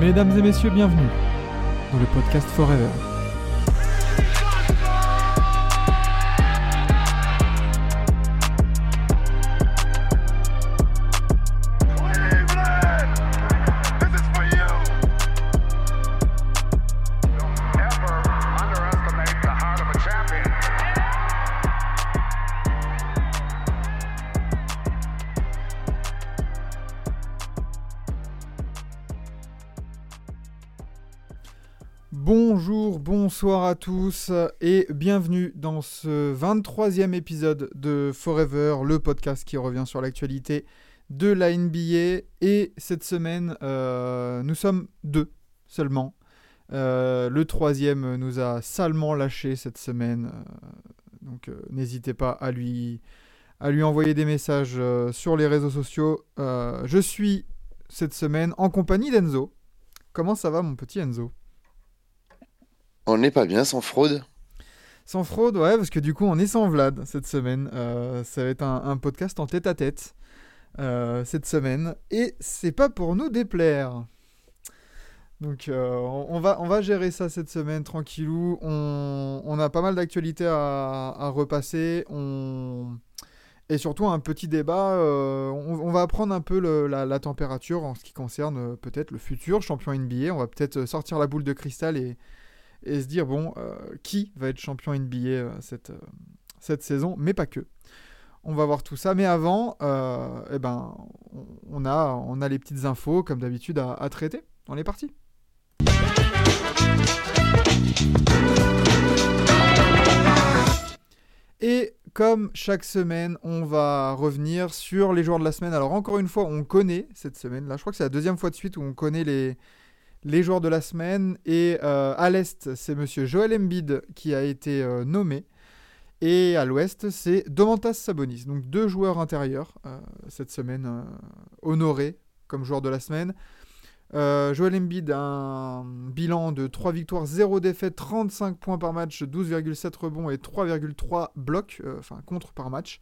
Mesdames et messieurs, bienvenue dans le podcast Forever. Bonjour, bonsoir à tous et bienvenue dans ce 23e épisode de Forever, le podcast qui revient sur l'actualité de la NBA. Et cette semaine, nous sommes deux seulement. Le troisième nous a salement lâché cette semaine. Donc n'hésitez pas à lui envoyer des messages sur les réseaux sociaux. Je suis cette semaine en compagnie d'Enzo. Comment ça va mon petit Enzo ? On n'est pas bien sans fraude. Sans fraude, ouais, parce que du coup, on est sans Vlad cette semaine. Ça va être un podcast en tête-à-tête cette semaine. Et c'est pas pour nous déplaire. Donc, on va gérer ça cette semaine, tranquillou. On a pas mal d'actualités à repasser. Et surtout, un petit débat. On va prendre un peu la température en ce qui concerne peut-être le futur champion NBA. On va peut-être sortir la boule de cristal et se dire, bon, qui va être champion NBA cette saison, mais pas que. On va voir tout ça, mais avant, on a les petites infos, comme d'habitude, à traiter. On est parti. Et comme chaque semaine, on va revenir sur les joueurs de la semaine. Alors encore une fois, on connaît cette semaine-là, je crois que c'est la deuxième fois de suite où on connaît les joueurs de la semaine. Et à l'Est, c'est monsieur Joel Embiid qui a été nommé. Et à l'Ouest, c'est Domantas Sabonis. Donc deux joueurs intérieurs cette semaine honorés comme joueurs de la semaine. Joel Embiid a un bilan de 3 victoires, 0 défaites, 35 points par match, 12,7 rebonds et 3,3 blocs, contre par match.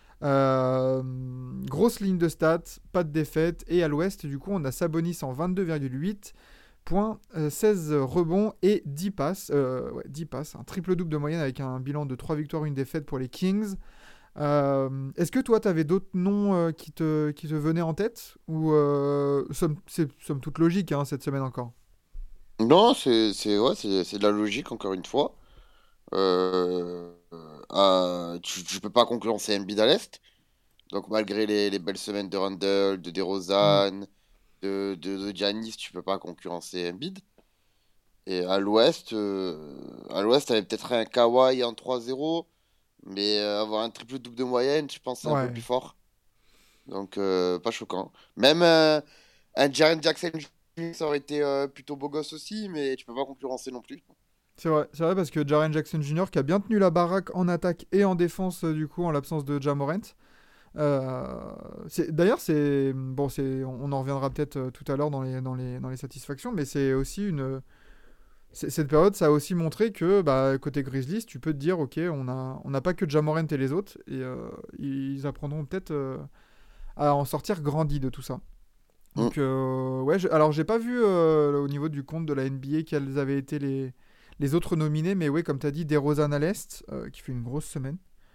Grosse ligne de stats, pas de défaite. Et à l'Ouest, du coup, on a Sabonis en 22,8 points, 16 rebonds et 10 passes. 10 passes, un triple-double de moyenne avec un bilan de 3 victoires, 1 défaite pour les Kings. Est-ce que toi, tu avais d'autres noms qui te venaient en tête ? Ou c'est somme toute logique cette semaine encore ? Non, c'est de la logique, encore une fois. Tu peux pas concurrencer Embiid à l'Est. Donc, malgré les belles semaines de Randle, de DeRozan, de Giannis, tu peux pas concurrencer Embiid. Et à l'Ouest, t'avais peut-être un Kawhi en 3-0. Mais avoir un triple-double de moyenne, je pense que c'est un peu plus fort. Donc, pas choquant. Même un Jaren Jackson Jr., ça aurait été plutôt beau gosse aussi, mais tu peux pas concurrencer non plus. C'est vrai parce que Jaren Jackson Jr. qui a bien tenu la baraque en attaque et en défense, du coup, en l'absence de Ja Morant. D'ailleurs, on en reviendra peut-être tout à l'heure dans les satisfactions, mais c'est aussi cette période, ça a aussi montré que côté Grizzlies, tu peux te dire, ok, on n'a pas que Ja Morant et les autres, et ils apprendront peut-être à en sortir grandis de tout ça. Donc, alors j'ai pas vu au niveau du compte de la NBA quels avaient été les autres nominés, mais ouais, comme tu as dit, DeRozan à l'Est, qui fait une grosse semaine.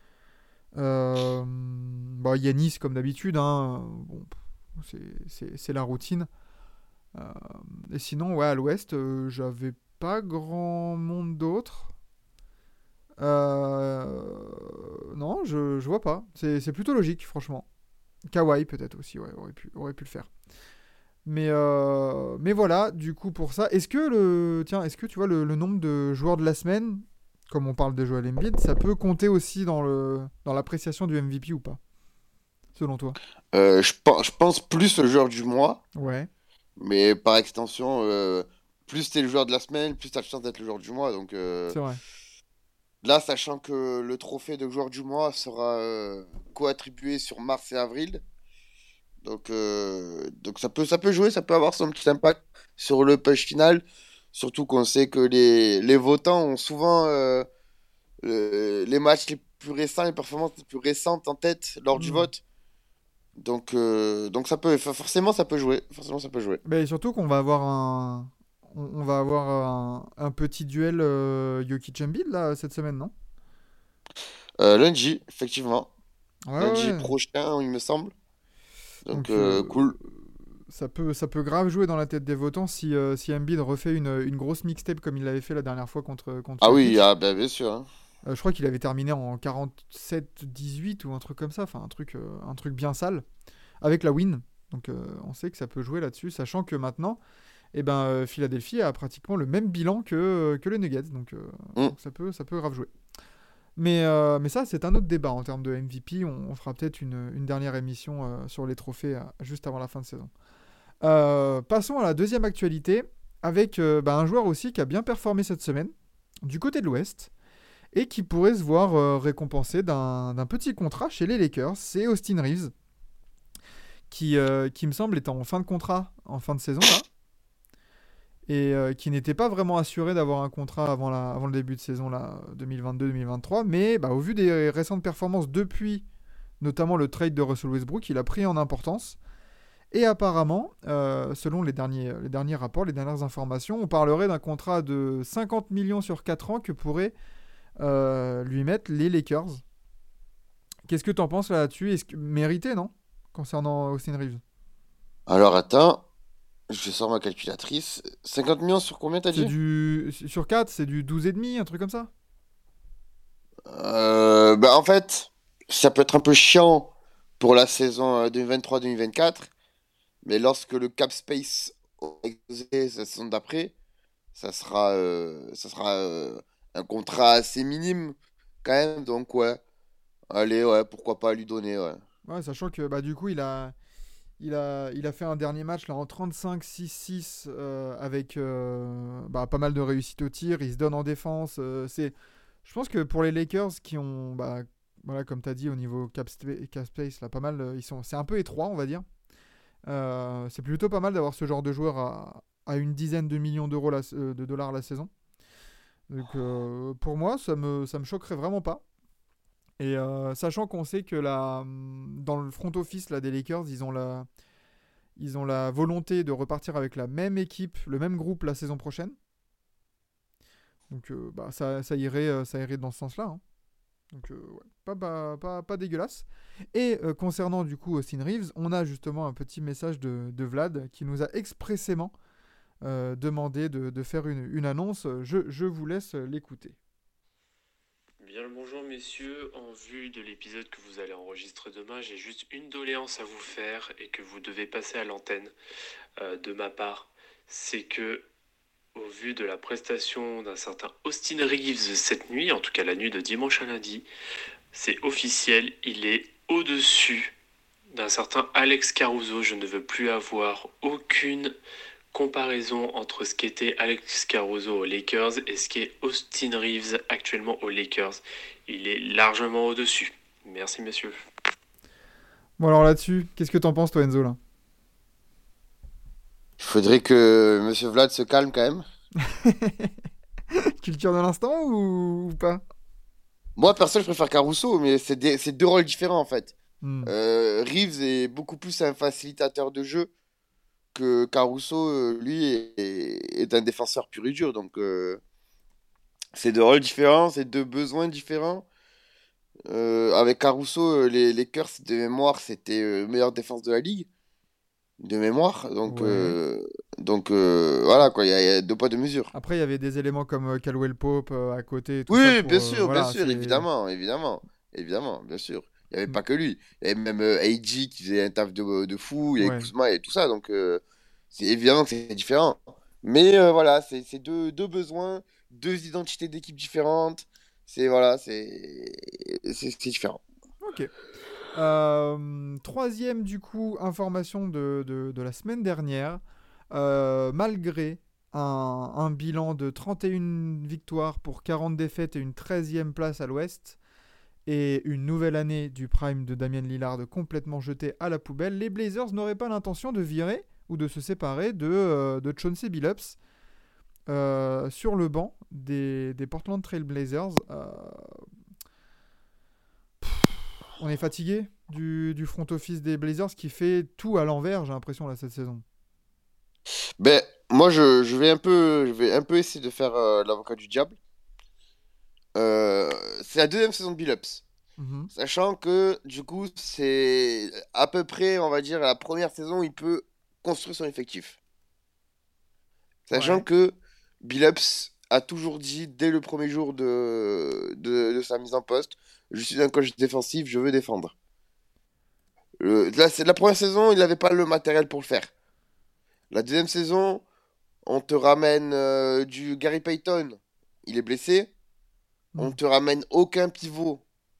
Giannis, comme d'habitude, c'est la routine. Et sinon, ouais, à l'Ouest, j'avais pas grand monde d'autre. Non, je vois pas. C'est plutôt logique, franchement. Kawhi, peut-être aussi, ouais, aurait pu le faire. Mais voilà, du coup, pour ça. Est-ce que tu vois le nombre de joueurs de la semaine, comme on parle de Joel Embiid, ça peut compter aussi dans l'appréciation du MVP ou pas, selon toi ? Je pense plus le joueur du mois. Ouais. Mais par extension, plus t'es le joueur de la semaine, plus t'as de chance d'être le joueur du mois. Donc C'est vrai. là, sachant que le trophée de joueur du mois sera co-attribué sur mars et avril. Donc ça peut jouer, ça peut avoir son petit impact sur le push final. Surtout qu'on sait que les votants ont souvent les matchs les plus récents, les performances les plus récentes en tête lors du vote. Donc forcément, ça peut jouer. Forcément, ça peut jouer. Mais surtout qu'on va avoir on va avoir un petit duel Jokic-Embiid là cette semaine, non? Lundi, effectivement. Ouais, Lundi ouais. prochain, il me semble. Donc, Donc cool. ça peut grave jouer dans la tête des votants si Embiid refait une grosse mixtape comme il l'avait fait la dernière fois contre Ah oui, Jokic. ah, bah, bien sûr, hein. Je crois qu'il avait terminé en 47-18 ou un truc comme ça, enfin un truc bien sale avec la win. Donc on sait que ça peut jouer là-dessus, sachant que maintenant, eh ben, Philadelphie a pratiquement le même bilan que les Nuggets. Mm. Donc ça peut grave jouer. Mais ça, c'est un autre débat en termes de MVP. On fera peut-être une dernière émission sur les trophées juste avant la fin de saison. Passons à la deuxième actualité, avec un joueur aussi qui a bien performé cette semaine, du côté de l'Ouest, et qui pourrait se voir récompensé d'un petit contrat chez les Lakers. C'est Austin Reeves, qui me semble est en fin de contrat, en fin de saison là, et qui n'était pas vraiment assuré d'avoir un contrat avant le début de saison là, 2022-2023, mais au vu des récentes performances depuis, notamment le trade de Russell Westbrook, il a pris en importance. Et apparemment, selon les derniers rapports, les dernières informations, on parlerait d'un contrat de 50 millions sur 4 ans que pourraient lui mettre les Lakers. Qu'est-ce que tu en penses là-dessus? Est-ce que mérité, non? Concernant Austin Reeves. Alors, attends. Je sors ma calculatrice. 50 millions sur combien, t'as C'est dit? du. Sur 4, c'est du 12,5, un truc comme ça? En fait, ça peut être un peu chiant pour la saison 2023-2024, mais lorsque le cap space aura explosé la saison d'après, ça sera un contrat assez minime quand même. Donc ouais, allez, ouais, pourquoi pas lui donner, ouais. Ouais, sachant que du coup, il a fait un dernier match là, en 35-6-6 avec pas mal de réussite au tir. Il se donne en défense. Je pense que pour les Lakers qui ont, voilà, comme tu as dit, au niveau cap space, là, pas mal, c'est un peu étroit, on va dire. C'est plutôt pas mal d'avoir ce genre de joueur à une dizaine de millions d'euros de dollars la saison. Donc pour moi, ça me choquerait vraiment pas. Et sachant qu'on sait que dans le front office là, des Lakers, ils ont la volonté de repartir avec la même équipe, le même groupe la saison prochaine. Donc ça irait dans ce sens-là, hein. Donc ouais, pas dégueulasse. Et concernant du coup Austin Reeves, on a justement un petit message de Vlad qui nous a expressément demandé de faire une annonce. Je vous laisse l'écouter. Bien le bonjour messieurs, en vue de l'épisode que vous allez enregistrer demain, j'ai juste une doléance à vous faire et que vous devez passer à l'antenne de ma part. C'est que, au vu de la prestation d'un certain Austin Reeves cette nuit, en tout cas la nuit de dimanche à lundi, c'est officiel, il est au-dessus d'un certain Alex Caruso. Je ne veux plus avoir aucune comparaison entre ce qu'était Alex Caruso aux Lakers et ce qu'est Austin Reeves actuellement aux Lakers. Il est largement au-dessus. Merci messieurs. Bon alors là-dessus, qu'est-ce que t'en penses toi Enzo là? Il faudrait que Monsieur Vlad se calme quand même. Culture de l'instant ou pas? Moi, perso, je préfère Caruso, mais c'est deux rôles différents en fait. Hmm. Reeves est beaucoup plus un facilitateur de jeu que Caruso, lui, est un défenseur pur et dur. Donc, c'est deux rôles différents, c'est deux besoins différents. Avec Caruso, les Lakers, de mémoire, c'était meilleure défense de la ligue, de mémoire. Ouais. Donc voilà, quoi, il y a deux poids, deux mesures. Après, il y avait des éléments comme Caldwell Pope à côté et tout ça Oui, pour. bien Voilà, sûr, c'est. évidemment, évidemment, évidemment, bien sûr. Il n'y avait Mm, pas que lui. Il y avait même AG qui faisait un taf de fou, il y avait ouais. Kuzma et tout ça, donc c'est évidemment que c'est différent. Mais voilà, c'est deux besoins, deux identités d'équipe différentes. C'est voilà, c'est différent. Ok. Troisième, du coup, information de la semaine dernière. Malgré un bilan de 31 victoires pour 40 défaites et une 13e place à l'ouest, et une nouvelle année du prime de Damian Lillard complètement jeté à la poubelle, les Blazers n'auraient pas l'intention de virer ou de se séparer de Chauncey Billups sur le banc des Portland Trail Blazers. On est fatigué. du front office des Blazers qui fait tout à l'envers, j'ai l'impression, là, cette saison. Ben, moi, je vais un peu essayer de faire l'avocat du diable. Euh, c'est la deuxième saison de Billups. Mhm. Sachant que, du coup, c'est à peu près, on va dire, la première saison, il peut construire son effectif. Sachant Ouais. que Billups a toujours dit, dès le premier jour de sa mise en poste, je suis un coach défensif, je veux défendre. Là, c'est la première saison, il n'avait pas le matériel pour le faire. La deuxième saison, on te ramène du Gary Payton, il est blessé. On Mm. te ramène aucun pivot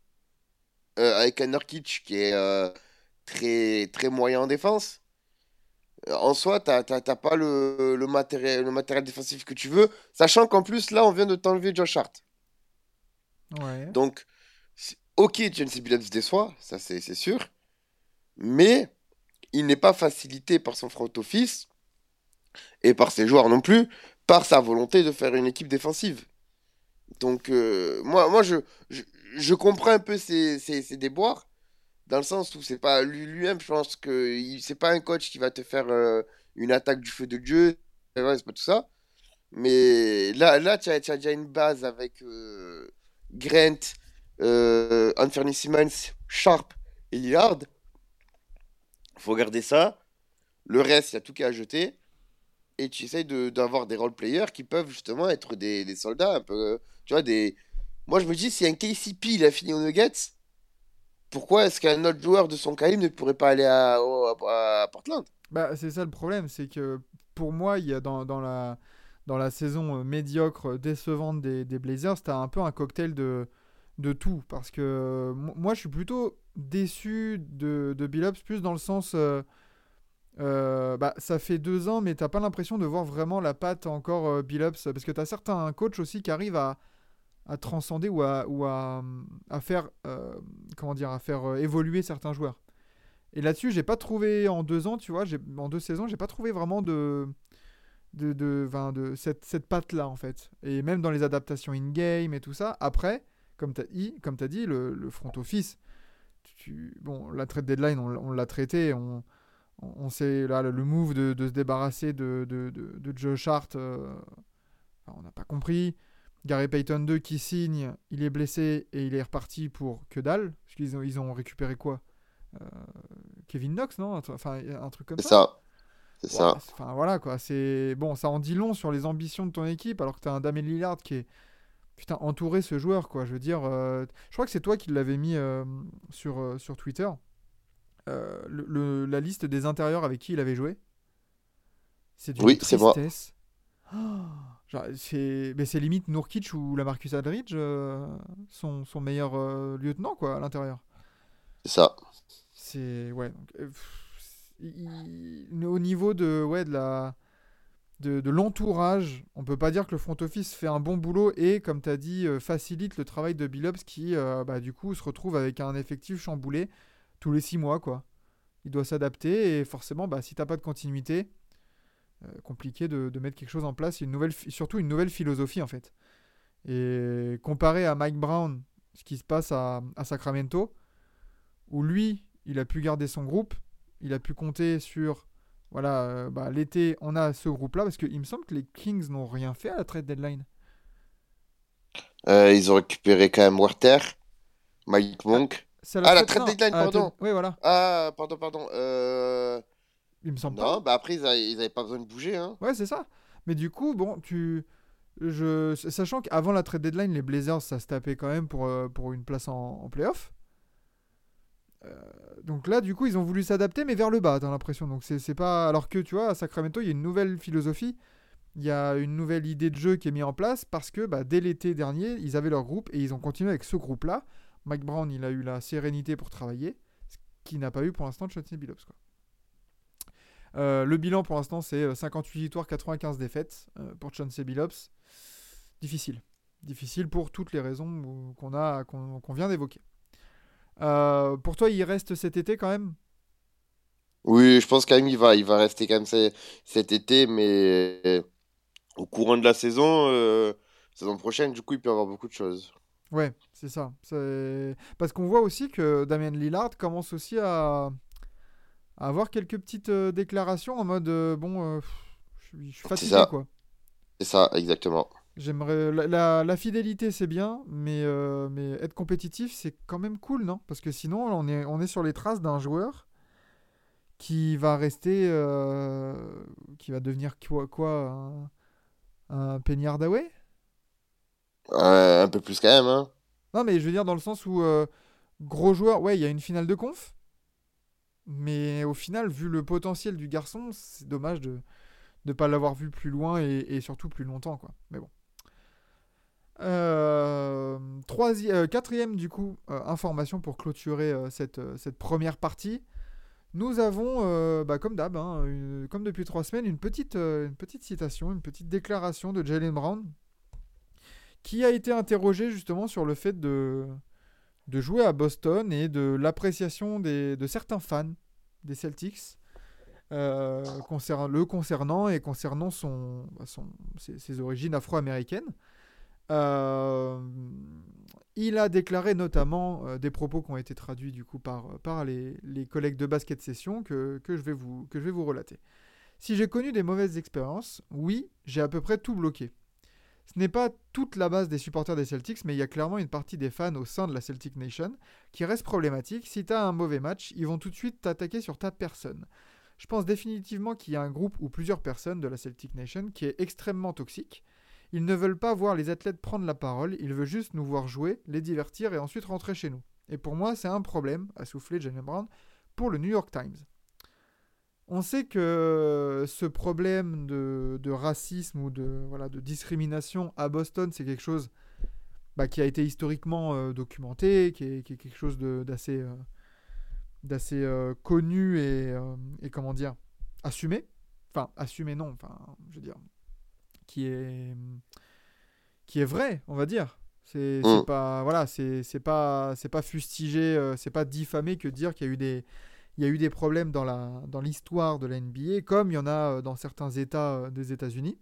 avec un Nurkic qui est très, très moyen en défense. En soi, t'as pas le matériel défensif que tu veux, sachant qu'en plus, là, on vient de t'enlever Josh Hart. Ouais. Donc, ok, Chelsea Billups déçoit, ça c'est sûr, mais il n'est pas facilité par son front office et par ses joueurs non plus, par sa volonté de faire une équipe défensive. Donc, je, je comprends un peu ses déboires, dans le sens où c'est pas lui-même, je pense que c'est pas un coach qui va te faire une attaque du feu de Dieu, c'est pas tout ça. Mais là tu as déjà une base avec Grant, Anthony Simmons, Sharp et Lillard. Faut garder ça. Le reste, il y a tout qu'à jeter. Et tu essayes d'avoir des role-players qui peuvent justement être des soldats un peu. Tu vois, des. Moi, je me dis, si un KCP il a fini aux Nuggets, pourquoi est-ce qu'un autre joueur de son calibre ne pourrait pas aller à Portland? Bah, c'est ça le problème, c'est que pour moi, il y a dans la saison médiocre, décevante des Blazers, t'as un peu un cocktail de tout. Parce que moi, je suis plutôt déçu de Billups, plus dans le sens. Bah, ça fait 2 ans, mais t'as pas l'impression de voir vraiment la patte encore Billups. Parce que t'as certains coachs aussi qui arrivent à transcender à faire, comment dire, à faire évoluer certains joueurs. Et là-dessus, j'ai pas trouvé en 2 ans, tu vois, en 2 saisons, j'ai pas trouvé vraiment enfin, de cette patte-là, en fait. Et même dans les adaptations in-game et tout ça. Après, comme t'as dit, le front office, bon, la trade deadline, on l'a traité, on sait, là, le move de se débarrasser de Josh Hart, enfin, on n'a pas compris. Gary Payton 2 qui signe, il est blessé et il est reparti pour que dalle. Parce ils ont récupéré quoi? Euh, Kevin Knox, non? Enfin, un truc comme C'est ça. ça, c'est Ouais, ça. enfin voilà quoi. C'est bon, ça en dit long sur les ambitions de ton équipe, alors que t'as un Damien Lillard qui est putain entouré ce joueur quoi. Je veux dire, je crois que c'est toi qui l'avais mis sur Twitter. La liste des intérieurs avec qui il avait joué, c'est d'une Oui, c'est moi. tristesse. Oh, genre, mais c'est limite Nurkic ou la Marcus Aldridge, son meilleur lieutenant quoi à l'intérieur. C'est ça. C'est ouais. Donc, au niveau de ouais de l'entourage, on peut pas dire que le front office fait un bon boulot et comme tu as dit facilite le travail de Billups qui bah, du coup se retrouve avec un effectif chamboulé tous les 6 mois quoi. Il doit s'adapter et forcément bah, si t'as pas de continuité, compliqué de mettre quelque chose en place, surtout une nouvelle philosophie en fait. Et comparé à Mike Brown, ce qui se passe à Sacramento, où lui, il a pu garder son groupe, il a pu compter sur, voilà, bah, l'été, on a ce groupe-là, parce qu'il me semble que les Kings n'ont rien fait à la trade deadline. Ils ont récupéré quand même Werther, Malik Ah, Monk. c'est à la Ah, la trade, trade non, deadline, à la trade, pardon. oui, voilà, Ah, pardon. il me semble pas, Non, hein. bah après, ils avaient pas besoin de bouger, hein. Ouais, c'est ça. Mais du coup, bon, sachant qu'avant la trade deadline, les Blazers, ça se tapait quand même pour une place en playoff. Donc là, du coup, ils ont voulu s'adapter, mais vers le bas, t'as l'impression. Donc c'est pas. Alors que tu vois, à Sacramento, il y a une nouvelle philosophie, il y a une nouvelle idée de jeu qui est mise en place parce que bah, dès l'été dernier, ils avaient leur groupe et ils ont continué avec ce groupe-là. Mike Brown, il a eu la sérénité pour travailler, ce qu'il n'a pas eu pour l'instant de Chauncey Billups. Quoi. Le bilan pour l'instant, c'est 58 victoires, 95 défaites pour Chauncey Billups. Difficile. Difficile pour toutes les raisons qu'on vient d'évoquer. Pour toi, il reste cet été quand même. Oui, je pense quand même il va rester quand même cet été, mais au courant de la saison prochaine, du coup, il peut y avoir beaucoup de choses. Ouais, c'est ça. Parce qu'on voit aussi que Damian Lillard commence aussi à avoir quelques petites déclarations en mode bon, je suis C'est fatigué ça, quoi. c'est ça, exactement. J'aimerais la fidélité c'est bien, mais être compétitif c'est quand même cool, non? Parce que sinon on est sur les traces d'un joueur qui va rester, qui va devenir quoi, un Penny Hardaway? Un peu plus quand même, hein. Non mais je veux dire dans le sens où gros joueur, ouais il y a une finale de conf, mais au final vu le potentiel du garçon, c'est dommage de ne pas l'avoir vu plus loin et surtout plus longtemps quoi. Mais bon. Quatrième du coup, information pour clôturer cette première partie. Nous avons, comme d'hab, hein, comme depuis 3 semaines, une petite citation, une petite déclaration de Jaylen Brown qui a été interrogé justement sur le fait de jouer à Boston et de l'appréciation de certains fans des Celtics le concernant et concernant ses origines afro-américaines. Euh, il a déclaré notamment des propos qui ont été traduits du coup par les collègues de basket session que je vais vous relater. Si j'ai connu des mauvaises expériences, oui, j'ai à peu près tout bloqué. Ce n'est pas toute la base des supporters des Celtics, mais il y a clairement une partie des fans au sein de la Celtic Nation qui reste problématique. Si tu as un mauvais match, ils vont tout de suite t'attaquer sur ta personne. Je pense définitivement qu'il y a un groupe ou plusieurs personnes de la Celtic Nation qui est extrêmement toxique. Ils ne veulent pas voir les athlètes prendre la parole, ils veulent juste nous voir jouer, les divertir et ensuite rentrer chez nous. Et pour moi, c'est un problème, a soufflé Jaylen Brown pour le New York Times. On sait que ce problème de racisme ou de discrimination à Boston, c'est quelque chose qui a été historiquement documenté, qui est quelque chose d'assez connu et comment dire, assumé. Enfin, assumé non, enfin, je veux dire, qui est, qui est vrai, on va dire. C'est Mm. pas voilà, c'est pas fustigé, c'est pas diffamé que de dire qu'il y a eu des problèmes dans l'histoire de la NBA, comme il y en a dans certains États des États-Unis.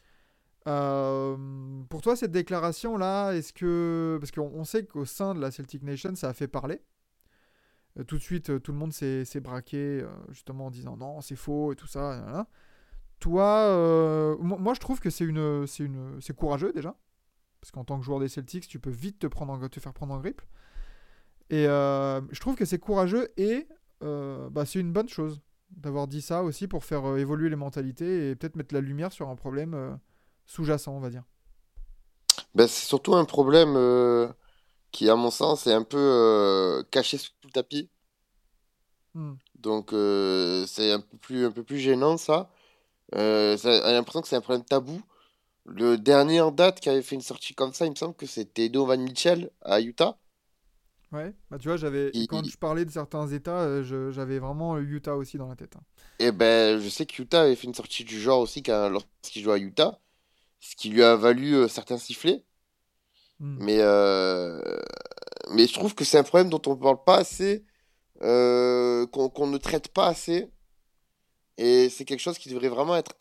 Pour toi, cette déclaration-là, parce qu'on sait qu'au sein de la Celtic Nation, ça a fait parler. Tout de suite, tout le monde s'est braqué, justement en disant non, c'est faux et tout ça. Voilà. Toi, moi, je trouve que c'est courageux déjà. Parce qu'en tant que joueur des Celtics, tu peux vite te faire prendre en grippe. Et je trouve que c'est courageux et c'est une bonne chose d'avoir dit ça aussi pour faire évoluer les mentalités et peut-être mettre la lumière sur un problème sous-jacent, on va dire. Ben, c'est surtout un problème qui, à mon sens, est un peu caché sous le tapis. Hmm. Donc, c'est un peu plus gênant, ça. J'ai l'impression que c'est un problème tabou. Le dernier en date qui avait fait une sortie comme ça, il me semble que c'était Donovan Mitchell à Utah. Ouais, tu vois, quand je parlais de certains États, j'avais vraiment Utah aussi dans la tête, hein. Et ben, je sais que Utah avait fait une sortie du genre aussi lorsqu'il jouait à Utah, ce qui lui a valu certains sifflets. Hmm. Mais, mais je trouve que c'est un problème dont on ne parle pas assez, qu'on ne traite pas assez. Et c'est quelque chose qui devrait vraiment être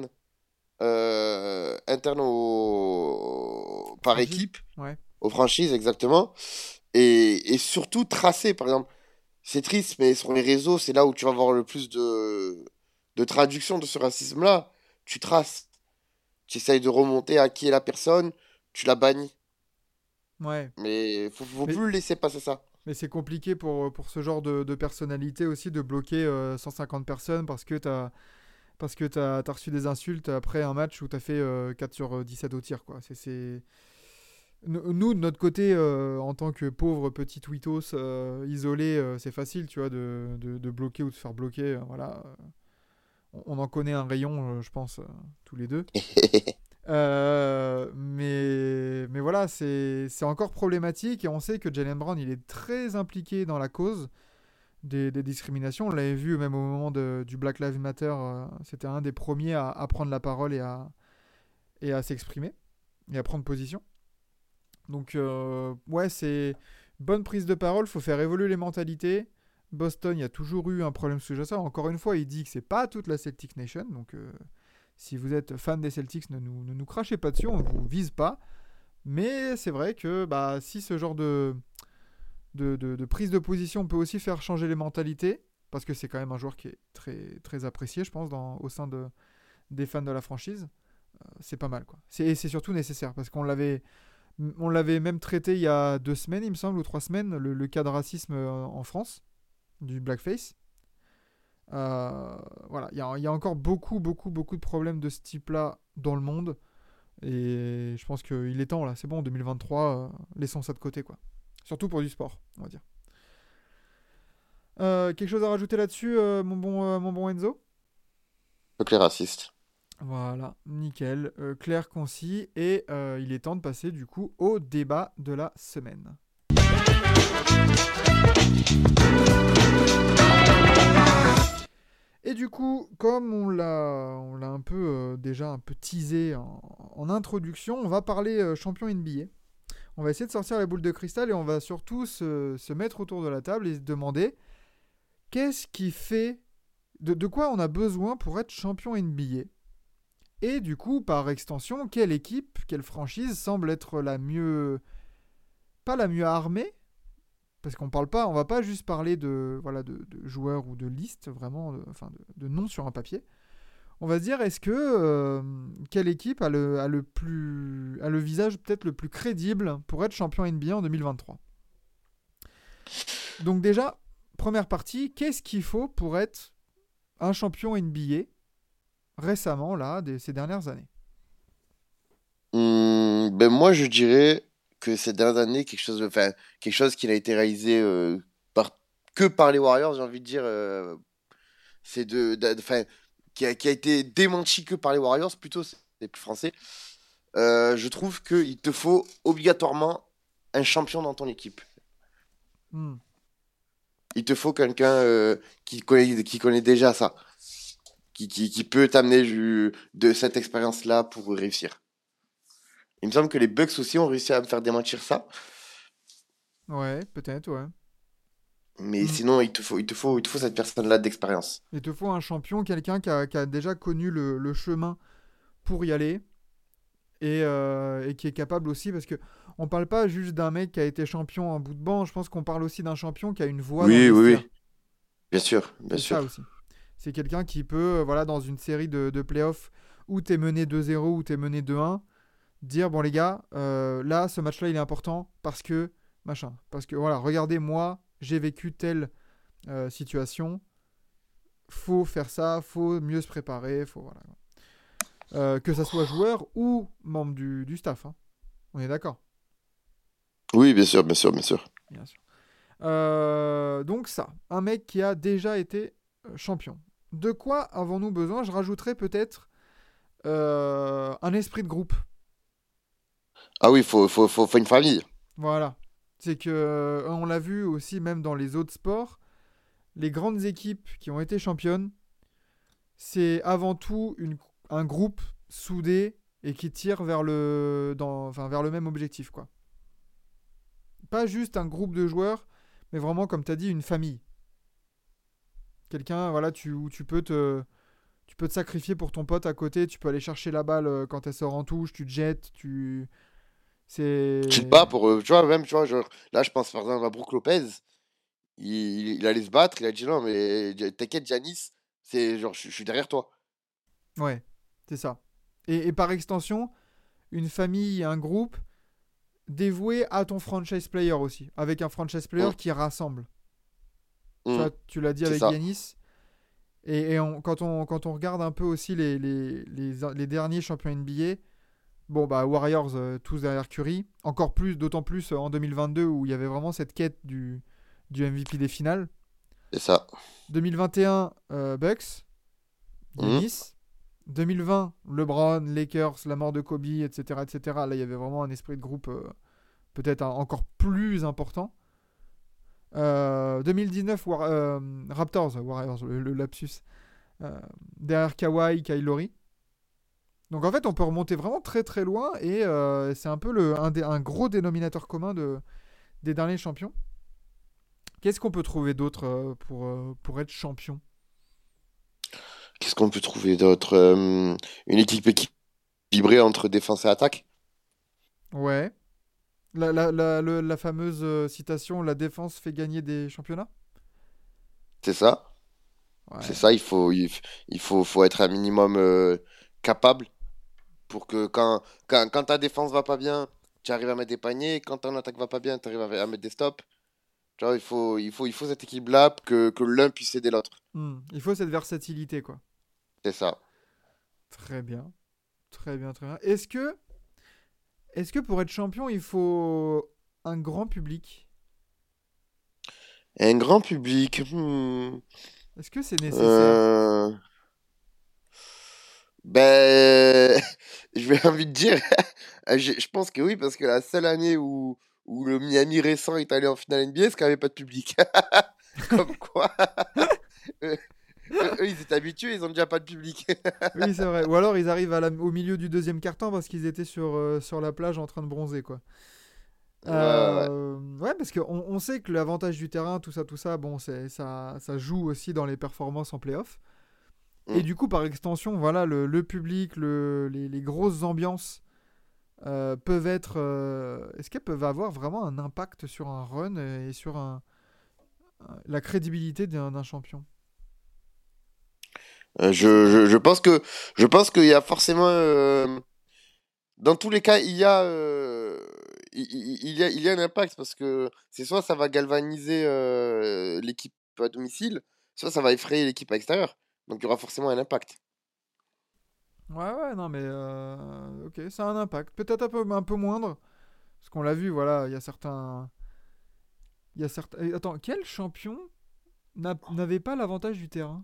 interne par Franchise? équipe, Ouais. aux franchises exactement. Et surtout tracé, par exemple. C'est triste, mais sur les réseaux, c'est là où tu vas avoir le plus de traduction de ce racisme-là. Tu traces. Tu essayes de remonter à qui est la personne, tu la bannis. Ouais. Mais faut Mais, plus le laisser passer ça. mais c'est compliqué pour ce genre de personnalité aussi de bloquer 150 personnes parce que t'as reçu des insultes après un match où t'as fait 4 sur 17 au tir, quoi. Nous, de notre côté, en tant que pauvres petits tweetos isolés, c'est facile, tu vois, de bloquer ou de se faire bloquer. Voilà. On en connaît un rayon, je pense, tous les deux. Mais voilà, c'est encore problématique et on sait que Jaylen Brown, il est très impliqué dans la cause des discriminations. On l'avait vu même au moment du Black Lives Matter, c'était un des premiers à prendre la parole et à s'exprimer et à prendre position. Donc, ouais, c'est bonne prise de parole, faut faire évoluer les mentalités. Boston, il y a toujours eu un problème sous-jacent. Encore une fois, il dit que c'est pas toute la Celtic Nation. Donc, si vous êtes fan des Celtics, ne nous crachez pas dessus, on ne vous vise pas. Mais c'est vrai que si ce genre de prise de position peut aussi faire changer les mentalités, parce que c'est quand même un joueur qui est très, très apprécié, je pense, au sein des fans de la franchise, c'est pas mal, quoi. Et c'est surtout nécessaire, parce qu'on l'avait même traité il y a 2 semaines, il me semble, ou 3 semaines, le cas de racisme en France, du blackface. Voilà, il y a encore beaucoup, beaucoup, beaucoup de problèmes de ce type-là dans le monde. Et je pense qu'il est temps, là. C'est bon, 2023, laissons ça de côté, quoi. Surtout pour du sport, on va dire. Quelque chose à rajouter là-dessus, mon bon Enzo? Donc les racistes. Voilà, nickel, clair, concis. Et il est temps de passer, du coup, au débat de la semaine. Et du coup, comme on l'a un peu déjà un peu teasé en introduction, on va parler champion NBA. On va essayer de sortir la boule de cristal et on va surtout se mettre autour de la table et se demander qu'est-ce qui fait, de quoi on a besoin pour être champion NBA. Et du coup, par extension, quelle équipe, quelle franchise semble être la mieux, pas la mieux armée, parce qu'on parle pas, on va pas juste parler de joueurs ou de listes vraiment, enfin de noms sur un papier. On va se dire, est-ce que quelle équipe a le visage peut-être le plus crédible pour être champion NBA en 2023. Donc déjà, première partie, qu'est-ce qu'il faut pour être un champion NBA récemment, là, ces dernières années? Ben moi, je dirais que ces dernières années, quelque chose qui n'a été réalisé que par les Warriors, j'ai envie de dire, c'est enfin, qui a été démenti que par les Warriors, plutôt, c'est plus français. Je trouve qu'il te faut obligatoirement un champion dans ton équipe. Hmm. Il te faut quelqu'un qui connaît déjà ça, qui peut t'amener de cette expérience-là pour réussir. Il me semble que les Bucks aussi ont réussi à me faire démentir ça. Ouais, peut-être, ouais. Mais Hmm. sinon, il te faut cette personne-là d'expérience. Il te faut un champion, quelqu'un qui a déjà connu le chemin pour y aller et qui est capable aussi, parce que on parle pas juste d'un mec qui a été champion en bout de banc, je pense qu'on parle aussi d'un champion qui a une voix dans le Oui, oui, vestiaire. oui. Bien sûr, bien C'est ça sûr. aussi. C'est quelqu'un qui peut, voilà, dans une série de playoffs où t'es mené 2-0 ou t'es mené 2-1, dire, bon les gars, là, ce match-là, il est important parce que, machin. Parce que, voilà, regardez, moi, j'ai vécu telle situation, faut faire ça, faut mieux se préparer, faut, voilà. Que ça soit joueur ou membre du staff, hein. On est d'accord, Oui, bien sûr, bien sûr, bien sûr. bien sûr. Donc ça, un mec qui a déjà été champion. De quoi avons-nous besoin? Je rajouterais peut-être un esprit de groupe. Ah oui, faut une famille. Voilà. C'est que on l'a vu aussi même dans les autres sports, les grandes équipes qui ont été championnes, c'est avant tout un groupe soudé et qui tire vers le même objectif, quoi. Pas juste un groupe de joueurs, mais vraiment, comme tu as dit, une famille. Quelqu'un, voilà, où tu peux te sacrifier pour ton pote à côté, tu peux aller chercher la balle quand elle sort en touche, tu te jettes, Tu te bats C'est... pour, tu vois, même, tu vois, genre, là, je pense par exemple à Brook Lopez. Il allait se battre, il a dit non, mais t'inquiète, Giannis, c'est genre, je suis derrière toi. Ouais, c'est ça. Et par extension, une famille, un groupe dévoué à ton franchise player aussi, avec un franchise player Hum, qui rassemble. Tu hum, vois, tu l'as dit c'est avec ça. Yanis. Quand on regarde un peu aussi les derniers champions NBA, bon, bah, Warriors, tous derrière Curry. Encore plus, d'autant plus en 2022 où il y avait vraiment cette quête du MVP des finales. C'est ça. 2021, Bucks, Hum, Giannis. 2020, LeBron, Lakers, la mort de Kobe, etc., etc. Là, il y avait vraiment un esprit de groupe peut-être encore plus important. 2019, Raptors, Warriors, le lapsus. Euh, Derrière Kawhi, Kylori. Donc en fait, on peut remonter vraiment très très loin et c'est un peu un gros dénominateur commun des derniers champions. Qu'est-ce qu'on peut trouver d'autre pour être champion? Qu'est-ce qu'on peut trouver d'autre? Une équipe équilibrée entre défense et attaque. Ouais. La fameuse citation, la défense fait gagner des championnats? C'est ça. C'est Ouais. ça, faut être un minimum capable pour que quand ta défense va pas bien, tu arrives à mettre des paniers. Et quand ton attaque va pas bien, tu arrives à mettre des stops. Tu vois, il faut cette équipe-là que l'un puisse aider l'autre. Il faut cette versatilité, quoi. C'est ça. Très bien. Très bien, très bien. Est-ce que pour être champion, il faut un grand public? Un grand public. Est-ce que c'est nécessaire? Euh, Ben, je vais envie de dire, je pense que oui, parce que la seule année où le Miami récent est allé en finale NBA, c'est qu'il n'y avait pas de public. Comme quoi, eux, ils étaient habitués, ils ont déjà pas de public. Oui, c'est vrai. Ou alors ils arrivent au milieu du deuxième quart-temps parce qu'ils étaient sur la plage en train de bronzer, quoi. Ouais, ouais, Ouais, parce qu'on sait que l'avantage du terrain, tout ça, bon, ça joue aussi dans les performances en playoff. ouais. Et du coup, par extension, voilà, le public, les grosses ambiances peuvent être. Est-ce qu'elles peuvent avoir vraiment un impact sur un run et sur la crédibilité d'un champion? Je pense qu'il y a forcément, dans tous les cas, il y a un impact parce que c'est soit ça va galvaniser l'équipe à domicile, soit ça va effrayer l'équipe à l'extérieur. Donc il y aura forcément un impact. Ouais, ouais, non, mais ok, ça a un impact. Peut-être un peu moindre, parce qu'on l'a vu, voilà, il y a certains. Il y a certains. Attends, quel champion n'avait pas l'avantage du terrain?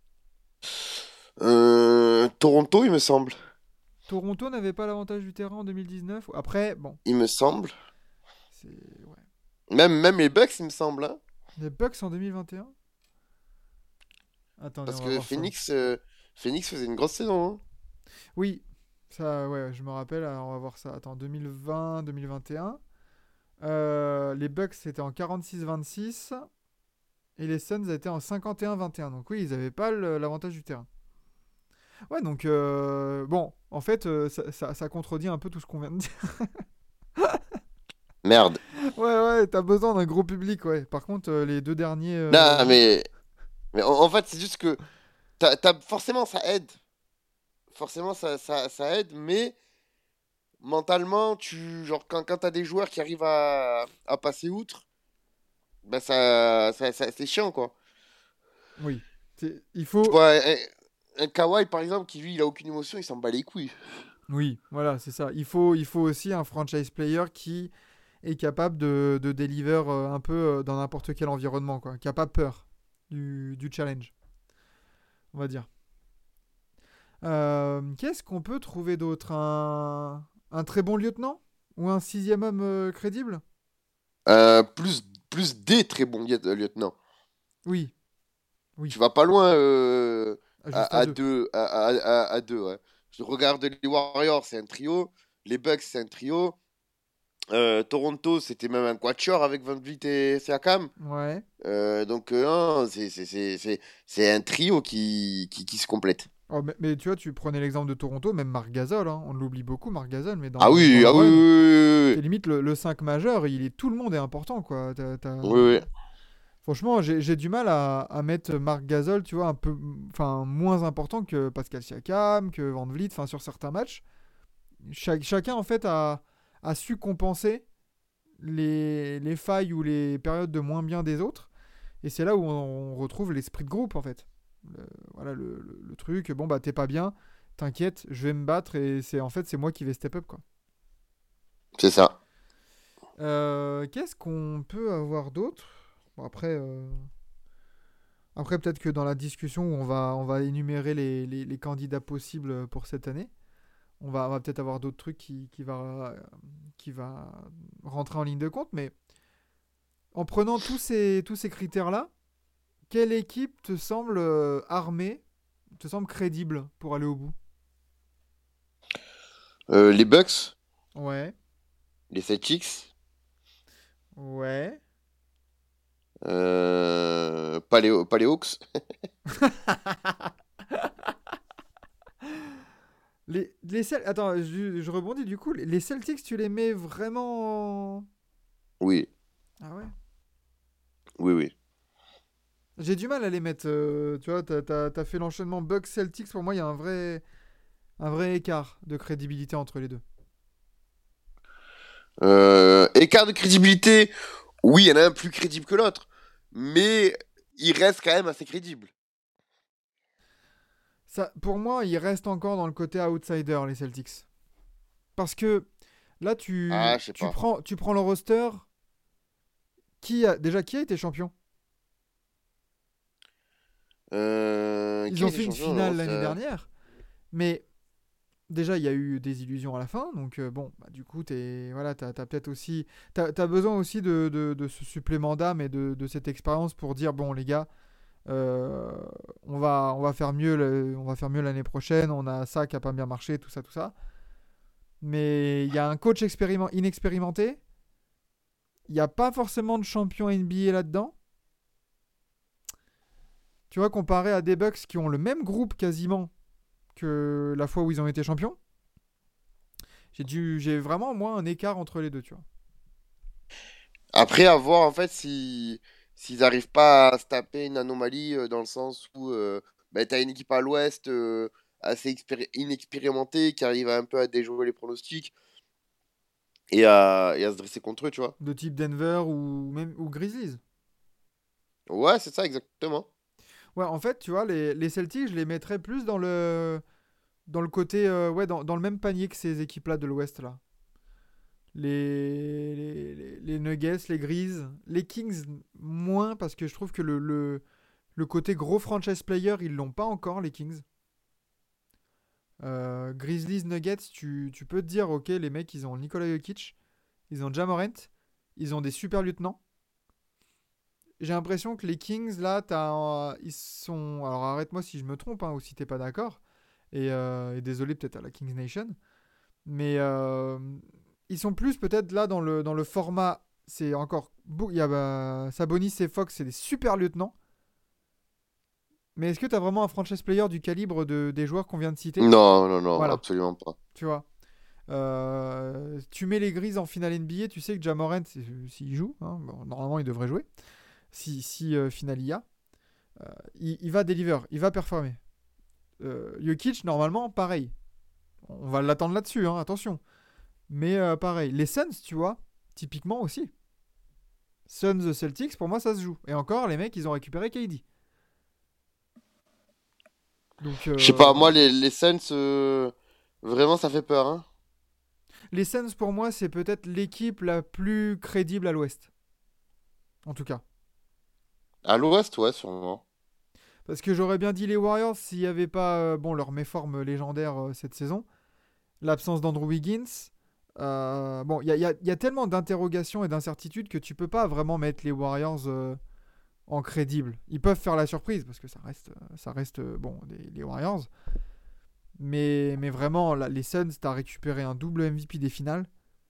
Toronto, il me semble. Toronto n'avait pas l'avantage du terrain en 2019. Après, bon, Il me semble. c'est. Ouais. Même les Bucks, il me semble, hein. Les Bucks en 2021? Attendez, Parce on va que voir ça. Phoenix faisait une grosse saison, hein. Oui, ça, ouais, je me rappelle. Alors, on va voir ça. Attends, 2020, 2021. Les Bucks, c'était en 46-26. Et les Suns étaient en 51-21. Donc, oui, ils n'avaient pas l'avantage du terrain. Ouais, donc, bon, en fait, ça contredit un peu tout ce qu'on vient de dire. Merde. Ouais, ouais, t'as besoin d'un gros public, ouais. Par contre, les deux derniers. Non, mais en fait, c'est juste que forcément, ça aide. Forcément, ça aide, mais mentalement, genre, quand t'as des joueurs qui arrivent à passer outre, bah c'est chiant, quoi. Oui. Il Tu faut. vois, un Kawhi, par exemple, qui lui, il a aucune émotion, il s'en bat les couilles. Oui, voilà, c'est ça. Il faut aussi un franchise player qui est capable de deliver un peu dans n'importe quel environnement, quoi. Qui a pas peur du challenge, on va dire. Qu'est-ce qu'on peut trouver d'autre? Un très bon lieutenant? Ou un sixième homme crédible? Plus des très bons lieutenants. Oui, Tu oui. vas pas loin Juste à deux. à deux, ouais. Je regarde les Warriors, c'est un trio. Les Bucks, c'est un trio. Toronto, c'était même un quatuor avec Van Vliet et Siakam. Ouais. Donc, non, c'est un trio qui se complète. Oh, mais tu vois, tu prenais l'exemple de Toronto, même Marc Gasol, hein, on l'oublie beaucoup, Marc Gasol, mais dans le Ah oui, run, oui, c'est limite le 5 majeur, tout le monde est important, quoi. oui, oui. Oui, Franchement, j'ai du mal à mettre Marc Gasol, tu vois, un peu, enfin, moins important que Pascal Siakam, que Van Vliet, enfin, sur certains matchs. Chacun, en fait, a su compenser les failles ou les périodes de moins bien des autres. Et c'est là où on retrouve l'esprit de groupe, en fait. Voilà, le truc, bon, bah, t'es pas bien, t'inquiète, je vais me battre, et c'est moi qui vais step up, quoi. c'est ça. Qu'est-ce qu'on peut avoir d'autre? Bon, après, peut-être que dans la discussion où on va énumérer les candidats possibles pour cette année, on va peut-être avoir d'autres trucs qui va rentrer en ligne de compte. Mais en prenant tous ces critères-là, quelle équipe te semble armée, te semble crédible pour aller au bout? Les Bucks, Ouais, les Celtics, ouais. pas les Hawks. Attends, je rebondis du coup. Les Celtics, tu les mets vraiment. Oui, Ah ouais. oui, oui. J'ai du mal à les mettre. Tu vois, t'as fait l'enchaînement Bucks Celtics. Pour moi, il y a un vrai écart de crédibilité entre les deux. Écart de crédibilité, oui, il y en a un plus crédible que l'autre, mais il reste quand même assez crédible. Ça, pour moi, ils restent encore dans le côté outsider, les Celtics. Parce que là, Ah, je sais pas. tu prends le roster. Qui a été champion? Qui Ils a ont été fait une champion finale non, l'année dernière. Mais déjà, il y a eu des illusions à la fin. Donc, bon, bah, du coup, voilà, t'as peut-être aussi. T'as besoin aussi de ce supplément d'âme et de cette expérience pour dire bon, les gars, euh, on va faire mieux on va faire mieux l'année prochaine. On a ça qui a pas bien marché, tout ça, tout ça. Mais il y a un coach inexpérimenté. Il n'y a pas forcément de champion NBA là-dedans. Tu vois, comparé à des Bucks qui ont le même groupe quasiment que la fois où ils ont été champions, j'ai vraiment, moi, un écart entre les deux, tu vois. Après, à voir en fait si s'ils n'arrivent pas à se taper une anomalie dans le sens où bah, tu as une équipe à l'ouest assez inexpérimentée qui arrive un peu à déjouer les pronostics et à se dresser contre eux, tu vois. De type Denver ou Grizzlies. Ouais, c'est ça exactement. Ouais, en fait, tu vois, les Celtics, je les mettrais plus dans le côté, ouais, dans le même panier que ces équipes-là de l'Ouest, là. Les Nuggets, les Grizz, les Kings, moins, parce que je trouve que le côté gros franchise player, ils l'ont pas encore, les Kings. Grizzlies, Nuggets, tu peux te dire, ok, les mecs, ils ont Nikola Jokic, ils ont Ja Morant, ils ont des super lieutenants. J'ai l'impression que les Kings, là, ils sont. Alors arrête-moi si je me trompe, hein, ou si t'es pas d'accord. Et désolé peut-être à la Kings Nation. Mais ils sont plus peut-être là dans le format. C'est encore. Il y a Sabonis et Fox, c'est des super lieutenants. Mais est-ce que t'as vraiment un franchise player du calibre des joueurs qu'on vient de citer? Non, non, non, Voilà, absolument pas. tu vois. Tu mets les Grises en finale NBA, tu sais que Ja Morant, s'il joue, hein, bon, normalement il devrait jouer, si finale il y a, il va deliver, il va performer. Jokic, normalement, pareil. On va l'attendre là-dessus, hein, attention. Mais pareil. Les Suns, tu vois, typiquement aussi. Suns Celtics, pour moi, ça se joue. Et encore, les mecs, ils ont récupéré KD. Donc, Je sais pas, moi les Suns, vraiment ça fait peur, hein. les Suns, pour moi, c'est peut-être l'équipe la plus crédible à l'Ouest. En tout cas. À l'ouest, ouais, sûrement. Parce que j'aurais bien dit les Warriors s'il n'y avait pas bon, leur méforme légendaire cette saison. L'absence d'Andrew Wiggins. Bon, il y a tellement d'interrogations et d'incertitudes que tu peux pas vraiment mettre les Warriors en crédible. Ils peuvent faire la surprise parce que ça reste bon, les Warriors. Mais vraiment, là, les Suns, t'as récupéré un double MVP des finales.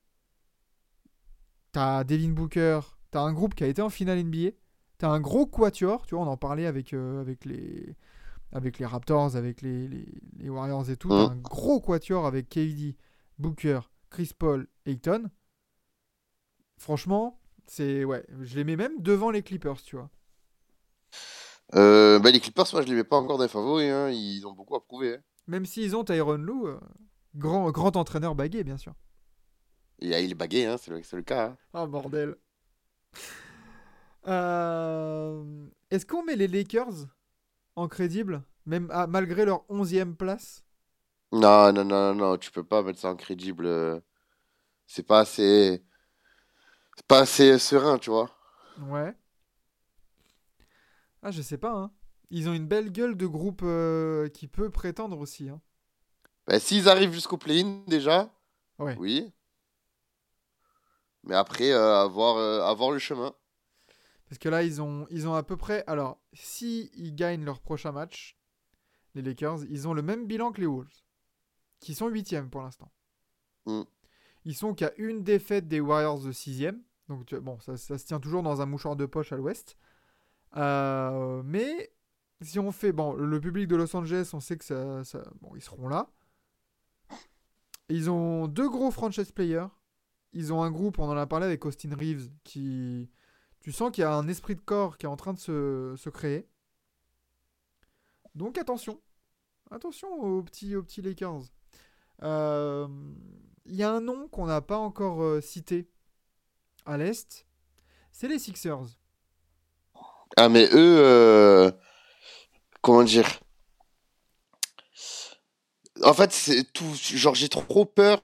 T'as Devin Booker. T'as un groupe qui a été en finale NBA. T'as un gros quatuor. Tu vois, on en parlait avec les Raptors, avec les Warriors et tout. T'as un Hmm. gros quatuor avec KD, Booker, Chris Paul, Ayton. Franchement, ouais, je les mets même devant les Clippers, tu vois. Bah, les Clippers, moi je les mets pas encore dans les favoris, hein. Ils ont beaucoup à prouver, hein. Même s'ils ont Tyronn Lue, grand entraîneur bagué, bien sûr. Et il est bagué, hein, c'est le cas, hein. Oh bordel. Est-ce qu'on met les Lakers en crédible, même malgré leur 11e place? Non, non, non, non, non, tu peux pas mettre ça en crédible. C'est pas assez, c'est pas assez serein, tu vois. Ouais. Ah, je sais pas, hein. Ils ont une belle gueule de groupe qui peut prétendre aussi, hein. Bah, s'ils arrivent jusqu'au play-in déjà, Ouais. oui. Mais après, à voir le chemin. Parce que là, ils ont à peu près. Alors, si ils gagnent leur prochain match, les Lakers, ils ont le même bilan que les Wolves, qui sont 8e pour l'instant. Hmm. Ils sont qu'à une défaite des Warriors de 6e. Donc, bon, ça se tient toujours dans un mouchoir de poche à l'ouest. Mais si on fait. Bon, le public de Los Angeles, on sait que bon, ils seront là. Ils ont 2 gros franchise players. Ils ont un groupe, on en a parlé avec Austin Reeves, qui... Tu sens qu'il y a un esprit de corps qui est en train de se créer. Donc attention. Attention aux petits Lakers. Euh, Il y a un nom qu'on n'a pas encore cité à l'Est. C'est les Sixers. Ah, mais eux, comment dire? En fait, c'est tout. Genre, j'ai trop peur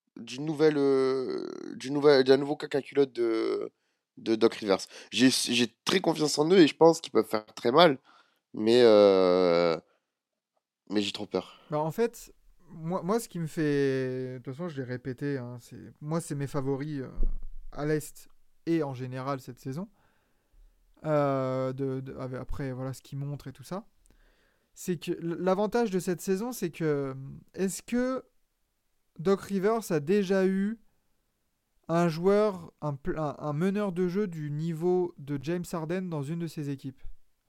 d'un nouveau caca culotte de Doc Rivers. J'ai très confiance en eux et je pense qu'ils peuvent faire très mal, mais, euh, mais j'ai trop peur. Bah, en fait, moi, ce qui me fait. De toute façon, je l'ai répété. Hein, moi, c'est mes favoris à l'Est et en général cette saison. Après, voilà ce qu'ils montrent et tout ça. C'est que l'avantage de cette saison, c'est que. Est-ce que Doc Rivers a déjà eu un joueur, un meneur de jeu du niveau de James Harden dans une de ses équipes?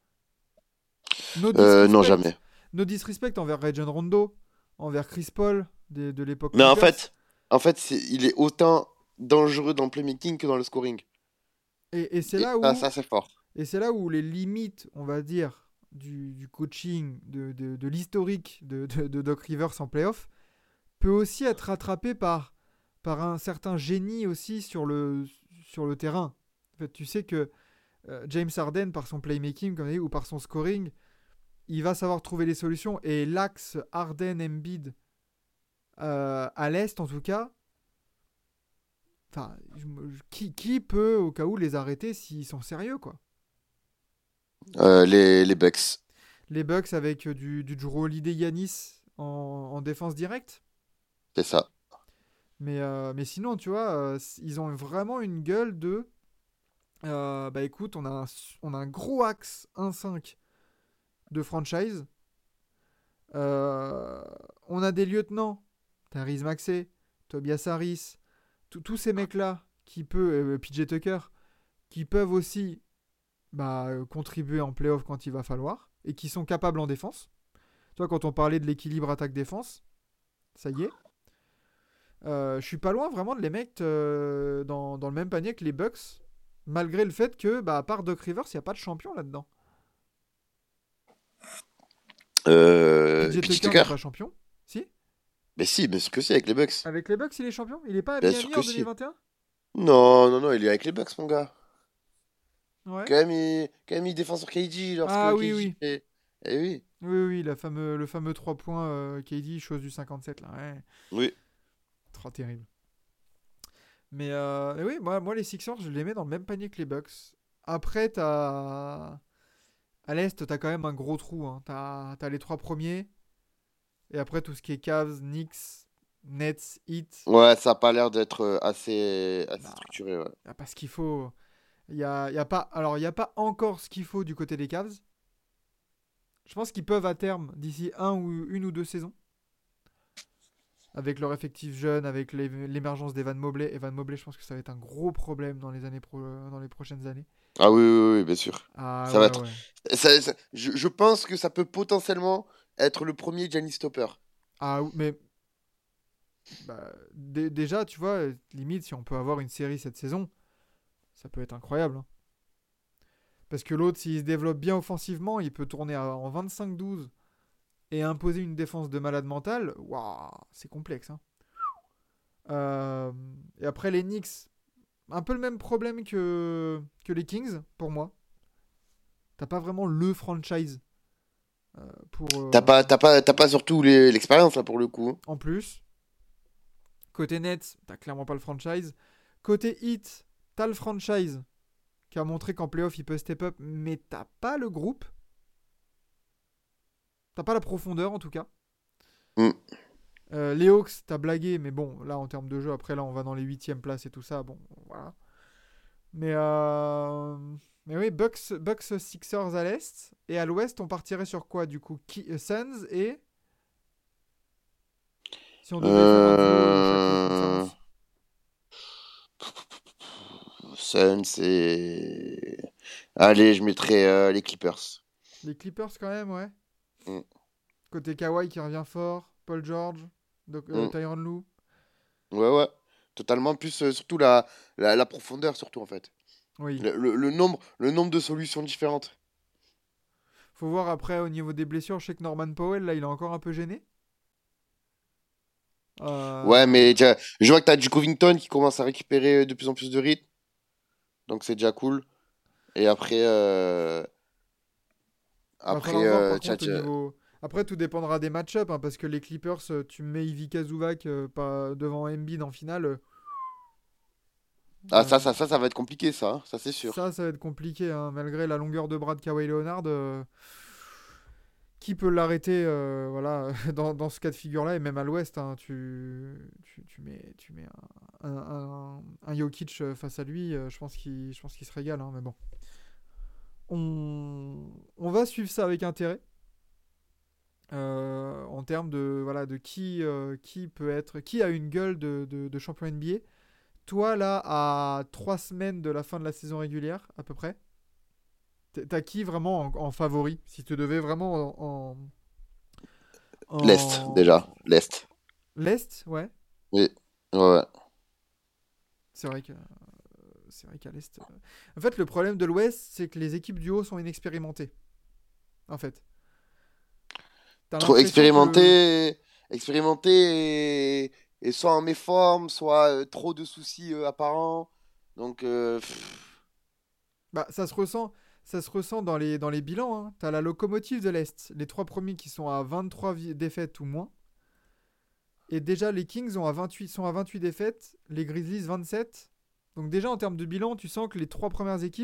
No Non, disrespect. jamais. No disrespect envers Rajon Rondo, envers Chris Paul de l'époque Mais Clippers. il est autant dangereux dans le playmaking que dans le scoring. Et c'est Et là ça, où, ça c'est fort. et c'est là où les limites, on va dire, du coaching, de l'historique de Doc Rivers en playoff, peut aussi être rattrapé par un certain génie aussi sur le terrain. En fait, tu sais que James Harden, par son playmaking, comme on dit, ou par son scoring, il va savoir trouver les solutions. Et l'axe Harden-Embiid, à l'Est en tout cas, enfin, qui peut au cas où les arrêter s'ils sont sérieux, quoi? Les Bucks. Les Bucks avec du Jrue Holiday Yanis en défense directe. C'est ça. Mais sinon, tu vois, ils ont vraiment une gueule de. Bah écoute, on a un gros axe 1-5 de franchise. Euh, on a des lieutenants. Tyrese Maxey, Tobias Harris, tous ces mecs-là PJ Tucker, qui peuvent aussi contribuer en playoff quand il va falloir et qui sont capables en défense. Tu vois, quand on parlait de l'équilibre attaque-défense, ça y est. Je suis pas loin vraiment de les mettre dans le même panier que les Bucks, malgré le fait que, à part Doc Rivers, il n'y a pas de champion là-dedans. PJ PJ Tucker n'est Tucker? pas champion. Si? Mais si, bien sûr que si, avec les Bucks. Avec les Bucks, il est champion? Il est pas à Bien sûr Miami que en si. 2021? Non, non, non, il est avec les Bucks, mon gars. Ouais. Quand même, il défend sur KD lorsque Ah oui, KD oui. fait. Eh oui, Oui, oui, le fameux 3 points KD, chose du 57 là. Ouais. oui. Trop terrible. Mais oui, moi, les Sixers, je les mets dans le même panier que les Bucks. Après, à l'Est, t'as quand même un gros trou. Hein. T'as les 3 premiers. Et après, tout ce qui est Cavs, Knicks, Nets, Heat. Ouais, ça a pas l'air d'être assez Bah, structuré, ouais. y a pas ce qu'il faut. Y a pas, alors, il n'y a pas encore ce qu'il faut du côté des Cavs. Je pense qu'ils peuvent à terme, d'ici une ou deux saisons, avec leur effectif jeune, avec l'émergence d'Evan Mobley. Evan Mobley, je pense que ça va être un gros problème dans les prochaines années. Ah oui, oui, oui, bien sûr. Ah Ça va ouais, être. ouais. Je pense que ça peut potentiellement être le premier Giannis Stopper. Mais déjà, tu vois, limite, si on peut avoir une série cette saison, ça peut être incroyable. Hein. Parce que l'autre, s'il se développe bien offensivement, il peut tourner en 25-12 et imposer une défense de malade mental. Waouh, c'est complexe. Hein. Euh, et après, les Knicks, un peu le même problème que les Kings, pour moi. T'as pas vraiment le franchise pour. T'as pas surtout l'expérience, là, pour le coup. En plus. Côté Nets, t'as clairement pas le franchise. Côté Heat, t'as le franchise qui a montré qu'en playoff il peut step up, mais t'as pas le groupe. T'as pas la profondeur en tout cas. Hmm. Les Hawks, t'as blagué, mais bon, là en termes de jeu, après là on va dans les 8e places et tout ça, bon, voilà. Mais, euh... mais oui, Bucks Sixers à l'Est, et à l'Ouest on partirait sur quoi du coup? Suns et. Si on devait faire un duo de chaque Euh... conférence. Suns et. Allez, je mettrai les Clippers. Les Clippers quand même, ouais. Hmm. Côté Kawhi qui revient fort, Paul George, Hmm. Tyronn Lue. Ouais. Totalement. Plus, surtout la profondeur, surtout, en fait. Oui. Le nombre de solutions différentes. Faut voir après au niveau des blessures. Je sais que Norman Powell, là, il est encore un peu gêné. Ouais, Euh, mais je vois que t'as du Covington qui commence à récupérer de plus en plus de rythme. Donc, c'est déjà cool. Et Va après, falloir voir par contre au niveau. Après, tout dépendra des match-ups, hein, parce que les Clippers, tu mets Ivica Zubac pas devant Embiid en finale. Ah, Euh, ça va être compliqué, ça, hein. Ça, c'est sûr. ça va être compliqué, hein, malgré la longueur de bras de Kawhi Leonard. Qui peut l'arrêter voilà, dans ce cas de figure-là, et même à l'ouest, hein, tu mets un Jokic face à lui, je pense qu'il se régale, hein, mais bon. On va suivre ça avec intérêt. En termes de, voilà, de qui peut être, qui a une gueule de champion NBA. Toi, là, à 3 semaines de la fin de la saison régulière, à peu près, t'as qui vraiment en favori? Si tu devais vraiment L'Est, déjà. en... L'Est. L'Est, ouais. Oui. Ouais. C'est vrai que c'est vrai qu'à l'Est. En fait, le problème de l'Ouest, c'est que les équipes du haut sont inexpérimentées. En fait, t'as Trop l'impression que expérimenté et soit en méforme, soit trop de soucis apparents. Donc, bah, ça se ressent dans les bilans. Hein. T'as la locomotive de l'Est, les trois premiers qui sont à 23 défaites ou moins. Et déjà, les Kings sont à 28 défaites, les Grizzlies 27. Donc déjà, en termes de bilan, tu sens que les trois premières équipes,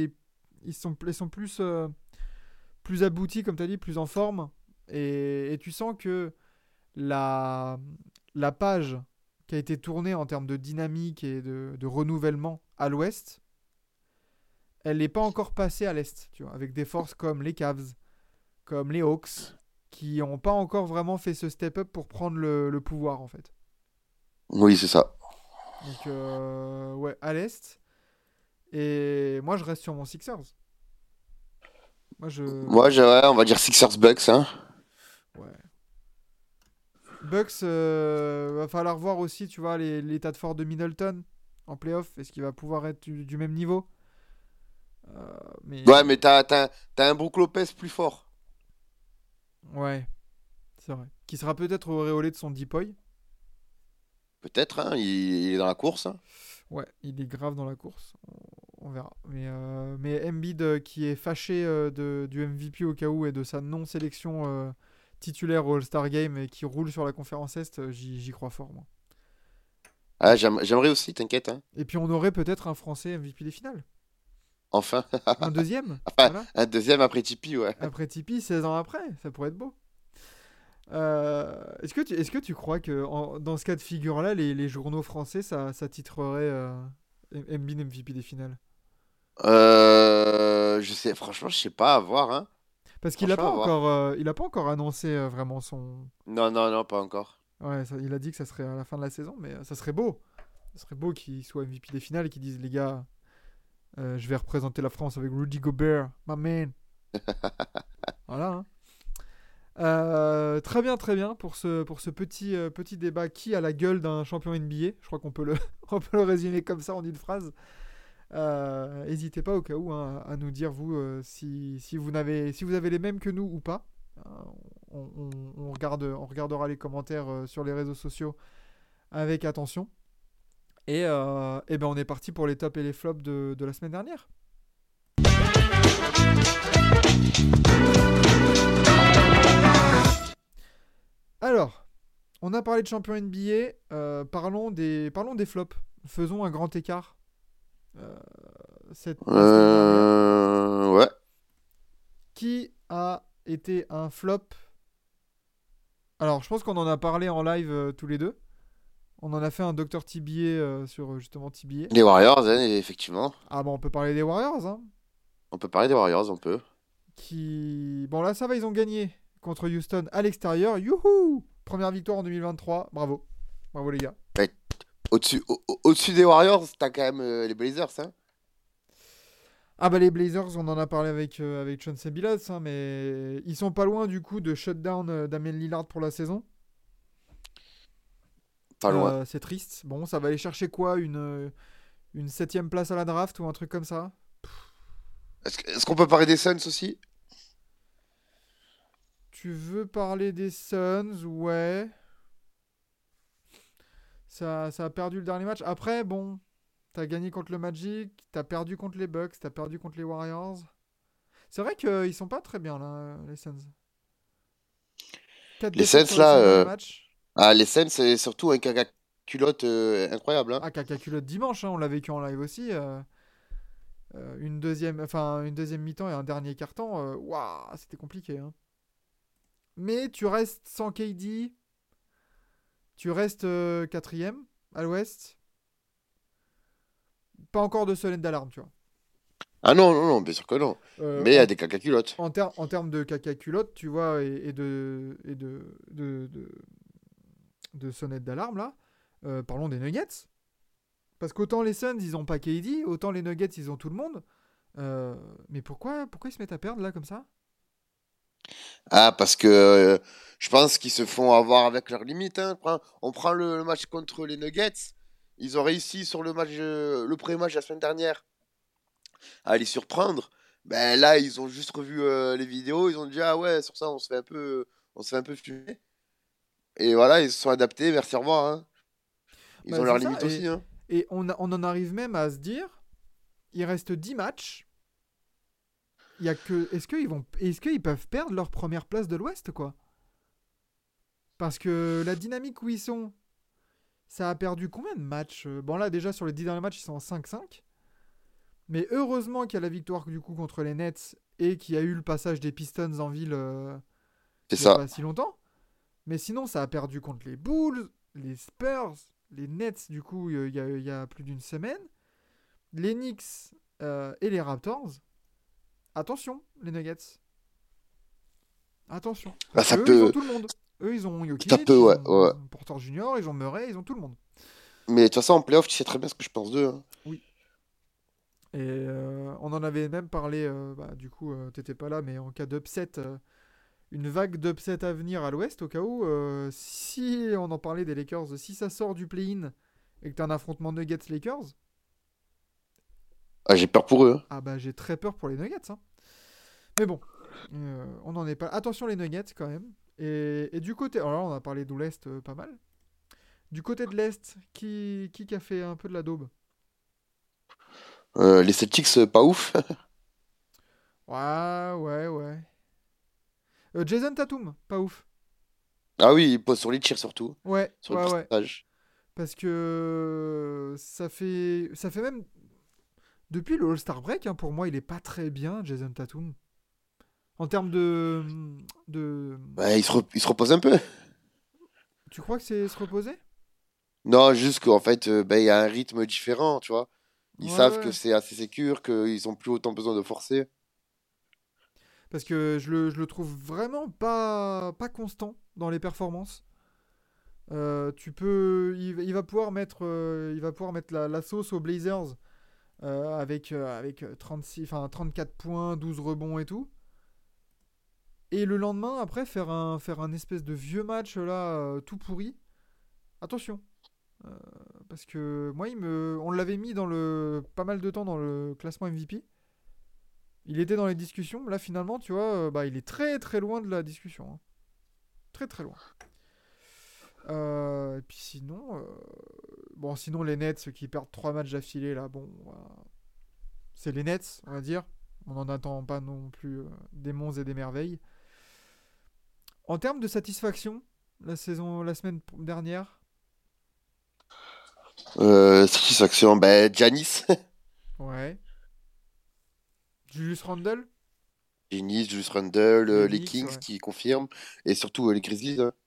ils sont plus aboutis, comme tu as dit, plus en forme. Et tu sens que la, la page qui a été tournée en termes de dynamique et de renouvellement à l'ouest, elle n'est pas encore passée à l'est, tu vois, avec des forces comme les Cavs, comme les Hawks, qui n'ont pas encore vraiment fait ce step-up pour prendre le pouvoir, en fait. oui, c'est ça. Donc, ouais, à l'est. Et moi, je reste sur mon Sixers. Moi, Moi, ouais, on va dire Sixers Bucks, hein. Ouais. Bucks, va falloir voir aussi, tu vois, l'état de forme de Middleton en playoff. Est-ce qu'il va pouvoir être du même niveau? Ouais, Mais mais t'as un Brook Lopez plus fort. ouais, c'est vrai. Qui sera peut-être auréolé de son Deepoy. Peut-être, hein, il est dans la course, hein. Ouais, il est grave dans la course. On verra. Mais Embiid qui est fâché du MVP au cas où et de sa non-sélection titulaire au All-Star Game et qui roule sur la conférence Est, j'y crois fort, moi. Et Ah, puis, j'aimerais aussi, t'inquiète, hein. et puis on aurait peut-être un Français MVP des finales. Enfin. Un deuxième, Enfin, voilà. un deuxième après Tipeee, ouais. Après Tipeee, 16 ans après, ça pourrait être beau. Est-ce que tu crois que dans ce cas de figure-là, les journaux français, ça titrerait Embiid MVP des finales? Franchement, je sais pas, à voir, hein. Parce qu'il n'a Franchement, pas à voir. encore, il a pas encore annoncé vraiment son. Non, non, non, pas encore. Ouais, il a dit que ça serait à la fin de la saison, mais ça serait beau. Ça serait beau qu'il soit MVP des finales et qu'il dise les gars, je vais représenter la France avec Rudy Gobert, my man. Voilà. Hein. Très bien pour ce petit débat qui a la gueule d'un champion NBA. Je crois qu'on peut on peut le résumer comme ça en une phrase. N'hésitez pas au cas où hein, à nous dire vous si vous avez les mêmes que nous ou pas. On regardera les commentaires sur les réseaux sociaux avec attention. Et ben on est parti pour les tops et les flops de la semaine dernière. Alors, on a parlé de champion NBA, parlons des flops. Faisons un grand écart euh, la semaine dernière. Ouais. Qui a été un flop? Alors, je pense qu'on en a parlé en live tous les deux. On en a fait un Dr TBA sur justement TBA. Les Warriors, hein, effectivement. Ah bon, on peut parler des Warriors, hein, On peut parler des Warriors, on peut. qui... Bon là, ça va, ils ont gagné contre Houston à l'extérieur. Youhou! Première victoire en 2023, bravo. Bravo les gars. Ouais. Au-dessus des Warriors, t'as quand même les Blazers, hein. Ah bah les Blazers, on en a parlé avec Chauncey Billups, hein, mais ils sont pas loin du coup de shutdown Damien Lillard pour la saison. Pas loin. C'est triste. Bon, ça va aller chercher quoi, une 7ème place à la draft ou un truc comme ça? Est-ce qu'on peut parler des Suns aussi? Tu veux parler des Suns? Ouais. Ça a perdu le dernier match. Après, bon, t'as gagné contre le Magic, t'as perdu contre les Bucks, t'as perdu contre les Warriors. C'est vrai qu'ils sont pas très bien là, les Suns. 4 Les défaites Suns, sur les 5 là, derniers matchs. les Suns, c'est surtout un caca culotte incroyable. Hein. Ah, caca culotte dimanche, hein, on l'a vécu en live aussi. Une deuxième mi-temps et un dernier quart-temps. Waouh, c'était compliqué. Hein. Mais tu restes sans KD. Tu restes quatrième à l'ouest. Pas encore de sonnette d'alarme, tu vois. Ah non, non, non, bien sûr que non. Euh, Mais il y a en, des caca culottes. en termes de caca culotte, tu vois, et de sonnette d'alarme, là, parlons des Nuggets. Parce qu'autant les Suns, ils ont pas KD, autant les Nuggets, ils ont tout le monde. Mais pourquoi ils se mettent à perdre, là, comme ça? Ah, parce que je pense qu'ils se font avoir avec leurs limites. Hein. On prend le match contre les Nuggets. Ils ont réussi sur le premier match de la semaine dernière à les surprendre. Ben là, ils ont juste revu les vidéos. Ils ont dit, ah ouais, sur ça, on se fait un peu fumer. Et voilà, ils se sont adaptés. Merci, au revoir. Hein. Ils Bah, ont c'est leurs ça. limites aussi. Hein. Et on en arrive même à se dire, il reste 10 matchs. Il y a que, est-ce qu'ils peuvent perdre leur première place de l'Ouest, quoi? Parce que la dynamique où ils sont, ça a perdu combien de matchs? Bon, là, déjà, sur les 10 derniers matchs, ils sont en 5-5. Mais heureusement qu'il y a la victoire, du coup, contre les Nets et qu'il y a eu le passage des Pistons en ville C'est il n'y a ça. pas si longtemps. Mais sinon, ça a perdu contre les Bulls, les Spurs, les Nets, du coup, il y a plus d'une semaine. Les Knicks et les Raptors. Attention, les Nuggets. Attention. Ah, Parce que ça eux, ils ont peut, tout le monde. Eux, ils ont ça Jokic, peut, ils ouais, ouais. ont Porter Junior, ils ont Murray, ils ont tout le monde. Mais de toute façon, en playoff, tu sais très bien ce que je pense d'eux. Hein. Oui. Et on en avait même parlé, du coup, t'étais pas là, mais en cas d'upset, une vague d'upset à venir à l'ouest, au cas où, si on en parlait des Lakers, si ça sort du play-in et que t'as un affrontement Nuggets-Lakers, Ah, j'ai peur pour eux. Hein. ah bah j'ai très peur pour les Nuggets. Hein. Mais bon, on n'en est pas. Attention les Nuggets quand même. Et du côté, alors là on a parlé de l'Est pas mal. Du côté de l'Est, qui a fait un peu de la daube? Les Celtics, pas ouf. Ouais, ouais, ouais. Jason Tatum, pas ouf. Ah oui, il pose sur les tirs surtout. Ouais, Sur le ouais, ouais. pourcentage. Parce que ça fait même depuis le All-Star Break, hein, pour moi, il est pas très bien, Jason Tatum. En termes de, Ouais, il se repose un peu. tu crois que c'est se reposer? Non, juste qu'en fait, il y a un rythme différent, tu vois. Ils Ouais, savent que ouais. c'est assez sécure, qu'ils ont plus autant besoin de forcer. Parce que je le trouve vraiment pas constant dans les performances. Il va pouvoir mettre la sauce aux Blazers avec 36, enfin 34 points, 12 rebonds et tout. Et le lendemain, après, faire un espèce de vieux match là, tout pourri. Attention. Euh, Parce que moi, on l'avait mis pas mal de temps dans le classement MVP. Il était dans les discussions. Là, finalement, tu vois, il est très très loin de la discussion. Hein. Très très loin. Et puis sinon, bon, sinon les Nets, ceux qui perdent 3 matchs d'affilée, là, bon, c'est les Nets, on va dire. On n'en attend pas non plus des monts et des merveilles. En termes de satisfaction, la semaine dernière, Satisfaction, Giannis. ouais. Julius Randle, Giannis, Julius Randle, les les Knicks, Kings ouais. qui confirment. Et surtout les Grizzlies. Hein.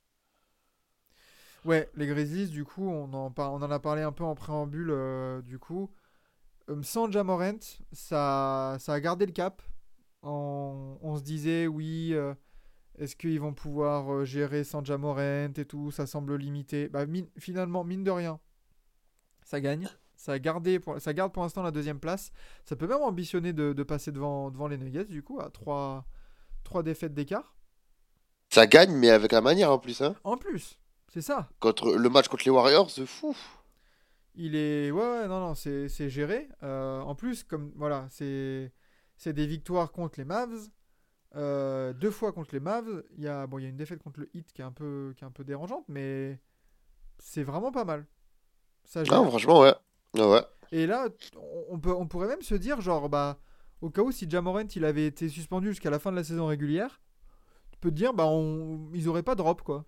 Ouais, les Grizzlies, du coup, on en a parlé un peu en préambule, du coup. Sans Ja Morant, ça a gardé le cap. On se disait, oui, est-ce qu'ils vont pouvoir gérer sans Ja Morant et tout? Ça semble limité. Finalement, mine de rien, ça gagne. Ça garde pour l'instant la deuxième place. Ça peut même ambitionner de passer devant les Nuggets, du coup, à 3 défaites d'écart. Ça gagne, mais avec la manière en plus. Hein. En plus, C'est ça. Le match contre les Warriors, c'est fou. Il est. Ouais, non, non, c'est géré. En plus, comme. Voilà, c'est des victoires contre les Mavs. 2 fois contre les Mavs. Il y a une défaite contre le Heat qui est un peu dérangeante, mais c'est vraiment pas mal. Ça Ah, gère. franchement, ouais. Ah ouais. Et là, on pourrait même se dire, genre, bah, au cas où si Ja Morant il avait été suspendu jusqu'à la fin de la saison régulière, tu peux te dire, bah, ils auraient pas drop, quoi.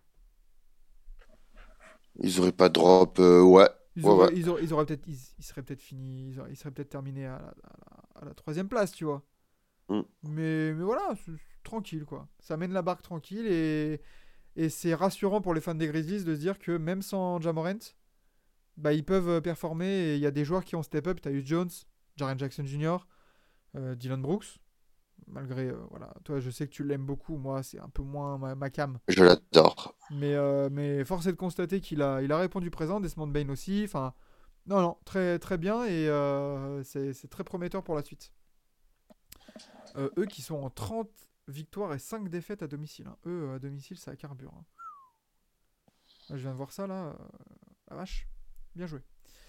Ils auraient pas drop. Ouais. Ils Ouais, ouais. auraient, ils auraient, ils auraient peut-être, ils seraient peut-être finis, ils seraient peut-être terminés à la troisième place, tu vois. Mm. Mais voilà, c'est tranquille, quoi. Ça mène la barque tranquille et c'est rassurant pour les fans des Grizzlies de se dire que même sans Ja Morant, bah, ils peuvent performer et il y a des joueurs qui ont step up. Tyus Jones, Jaren Jackson Jr., Dylan Brooks. Malgré, voilà, toi, je sais que tu l'aimes beaucoup. Moi, c'est un peu moins ma cam. Je l'adore. Mais force est de constater qu'il a répondu présent. Desmond Bain aussi. Enfin, non, non, très, très bien. Et c'est très prometteur pour la suite. Eux qui sont en 30 victoires et 5 défaites à domicile, hein. Eux, à domicile, ça carbure, hein. Je viens de voir ça, là. La vache. Bien joué.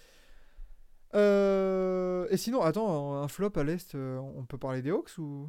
Et sinon, attends, un flop à l'Est, on peut parler des Hawks ou...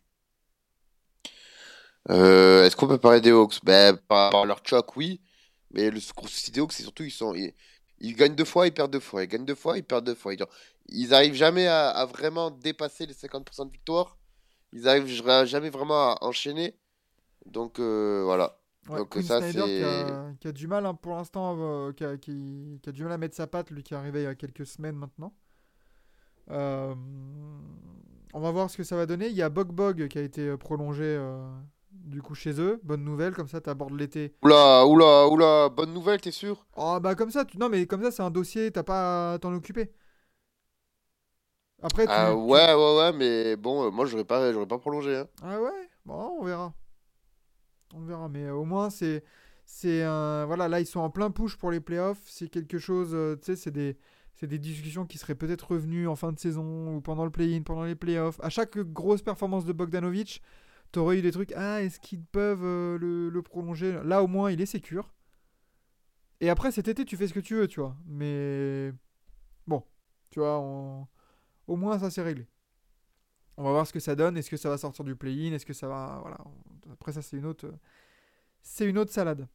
Est-ce qu'on peut parler des Hawks? Ben, par rapport à leur choc, oui. Mais le gros souci des Hawks, c'est surtout ils gagnent 2 fois, ils perdent 2 fois. Ils gagnent 2 fois, ils perdent 2 fois. Ils arrivent jamais à vraiment dépasser les 50% de victoire. Ils arrivent jamais vraiment à enchaîner. Donc voilà. Ouais, Donc Quinn ça, Snyder qui c'est... a du mal, hein, pour l'instant, qui a du mal à mettre sa patte, lui qui est arrivé il y a quelques semaines maintenant. Euh, on va voir ce que ça va donner. Il y a Bog Bog qui a été prolongé du coup chez eux. Bonne nouvelle, comme ça tu abordes l'été. Oula, oula, oula, bonne nouvelle, t'es sûr? Oh bah comme ça, non mais comme ça c'est un dossier, t'as pas à t'en occuper. Après Ah ouais, ouais, ouais, mais bon, moi, j'aurais pas prolongé, hein. Ah ouais, bon on verra. On verra, mais au moins c'est un voilà, là ils sont en plein push pour les playoffs, c'est quelque chose, tu sais, c'est des discussions qui seraient peut-être revenues en fin de saison ou pendant le play-in, pendant les playoffs. À chaque grosse performance de Bogdanovic, t'aurais eu des trucs, ah est-ce qu'ils peuvent le prolonger? Là au moins il est sécure. Et après cet été tu fais ce que tu veux, tu vois. Mais bon, tu vois, au moins ça c'est réglé. On va voir ce que ça donne, est-ce que ça va sortir du play-in, est-ce que ça va voilà. Après ça c'est une autre salade.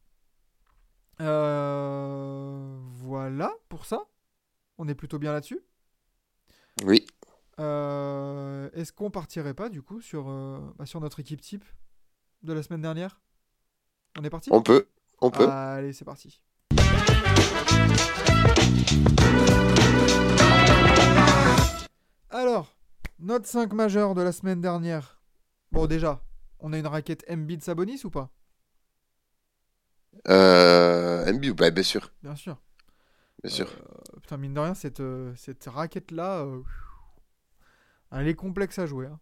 Voilà pour ça. On est plutôt bien là-dessus. Oui, Est-ce qu'on partirait pas du coup sur notre équipe type de la semaine dernière? On est parti? on peut, on peut. Allez, c'est parti. Alors, notre 5 majeur de la semaine dernière. Bon, déjà, on a une raquette Embiid Sabonis ou pas? MB, bah, bien sûr, Bien sûr. bien Euh, sûr. putain, mine de rien, cette raquette-là, elle est complexe à jouer, hein.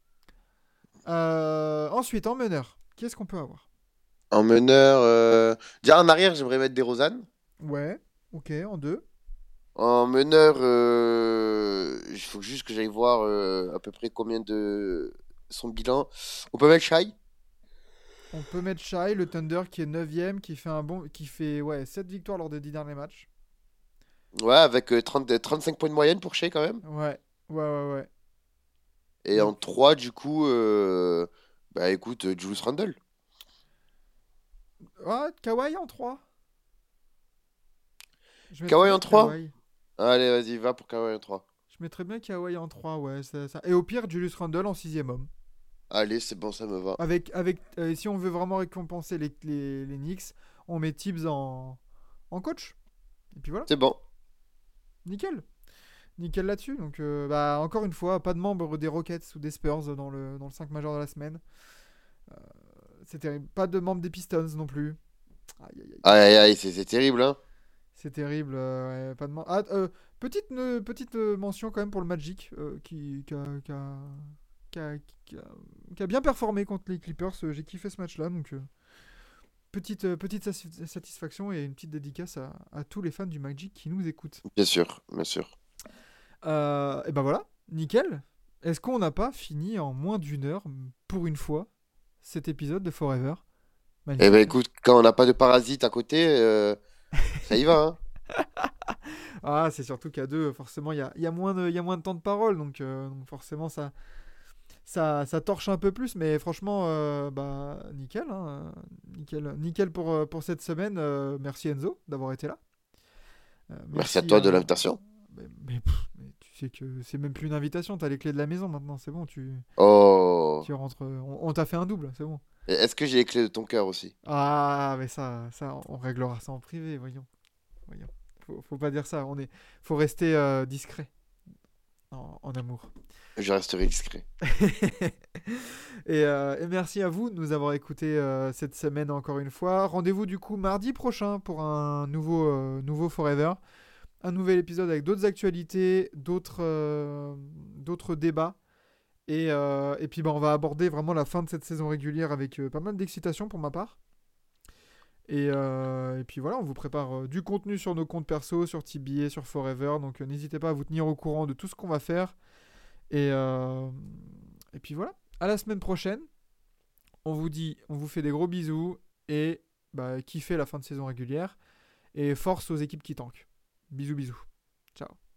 Ensuite, en meneur, qui est-ce qu'on peut avoir? En meneur, déjà en arrière, j'aimerais mettre des Rosanne. Ouais, ok, en deux. En meneur, il faut juste que j'aille voir à peu près combien de son bilan. On peut mettre Shai. On peut mettre Shai, le Thunder qui est 9ème, qui fait ouais, 7 victoires lors des 10 derniers matchs. Ouais, avec 35 points de moyenne pour Shai quand même. Ouais, ouais, ouais, ouais. Et en Donc, 3 du coup, bah écoute, Julius Randle. ah, Kawhi en 3. Je mettrais Kawhi bien en 3. Kawhi. Allez, vas-y, va pour Kawhi en 3. Je mettrais bien Kawhi en 3, ouais, c'est ça. Et au pire, Julius Randle en 6ème homme. Allez, c'est bon, ça me va. Si on veut vraiment récompenser les Knicks, on met Tibbs en coach. Et puis voilà, C'est bon. nickel. Nickel là-dessus. Donc, bah, encore une fois, pas de membres des Rockets ou des Spurs dans le 5 majeur de la semaine. Euh, c'est terrible. Pas de membres des Pistons non plus. Aïe, aïe, aïe. Aïe, aïe, aïe, c'est terrible, hein. C'est terrible. Ouais, pas de petite mention quand même pour le Magic qui a bien performé contre les Clippers. J'ai kiffé ce match-là. Donc, petite satisfaction et une petite dédicace à tous les fans du Magic qui nous écoutent. Bien sûr, bien sûr. Et ben voilà, nickel. Est-ce qu'on n'a pas fini en moins d'1 heure, pour une fois, cet épisode de Forever? Eh ben Magnifique, hein. écoute, quand on n'a pas de parasite à côté, ça y va, hein. Ah, c'est surtout qu'à deux, forcément, il y a moins de temps de parole, donc forcément, ça torche un peu plus, mais franchement, bah, nickel, hein, nickel pour cette semaine. Merci Enzo d'avoir été là. Merci à Merci toi de à... l'invitation. mais tu sais que c'est même plus une invitation, t'as les clés de la maison maintenant, c'est bon, Oh. tu rentres, on t'a fait un double, c'est bon. Et est-ce que j'ai les clés de ton cœur aussi? Ah, mais ça, on réglera ça en privé, voyons. Faut pas dire ça, faut rester discret en amour. Je resterai discret. Et merci à vous de nous avoir écoutés cette semaine encore une fois. Rendez-vous du coup mardi prochain pour un nouveau Forever. Un nouvel épisode avec d'autres actualités, d'autres débats. Et puis bah, on va aborder vraiment la fin de cette saison régulière avec pas mal d'excitation pour ma part. Et puis voilà, on vous prépare du contenu sur nos comptes perso, sur TBA, sur Forever. Donc n'hésitez pas à vous tenir au courant de tout ce qu'on va faire. Et puis voilà, à la semaine prochaine. On vous fait des gros bisous et bah, kiffez la fin de saison régulière. Et force aux équipes qui tankent. Bisous, bisous. Ciao.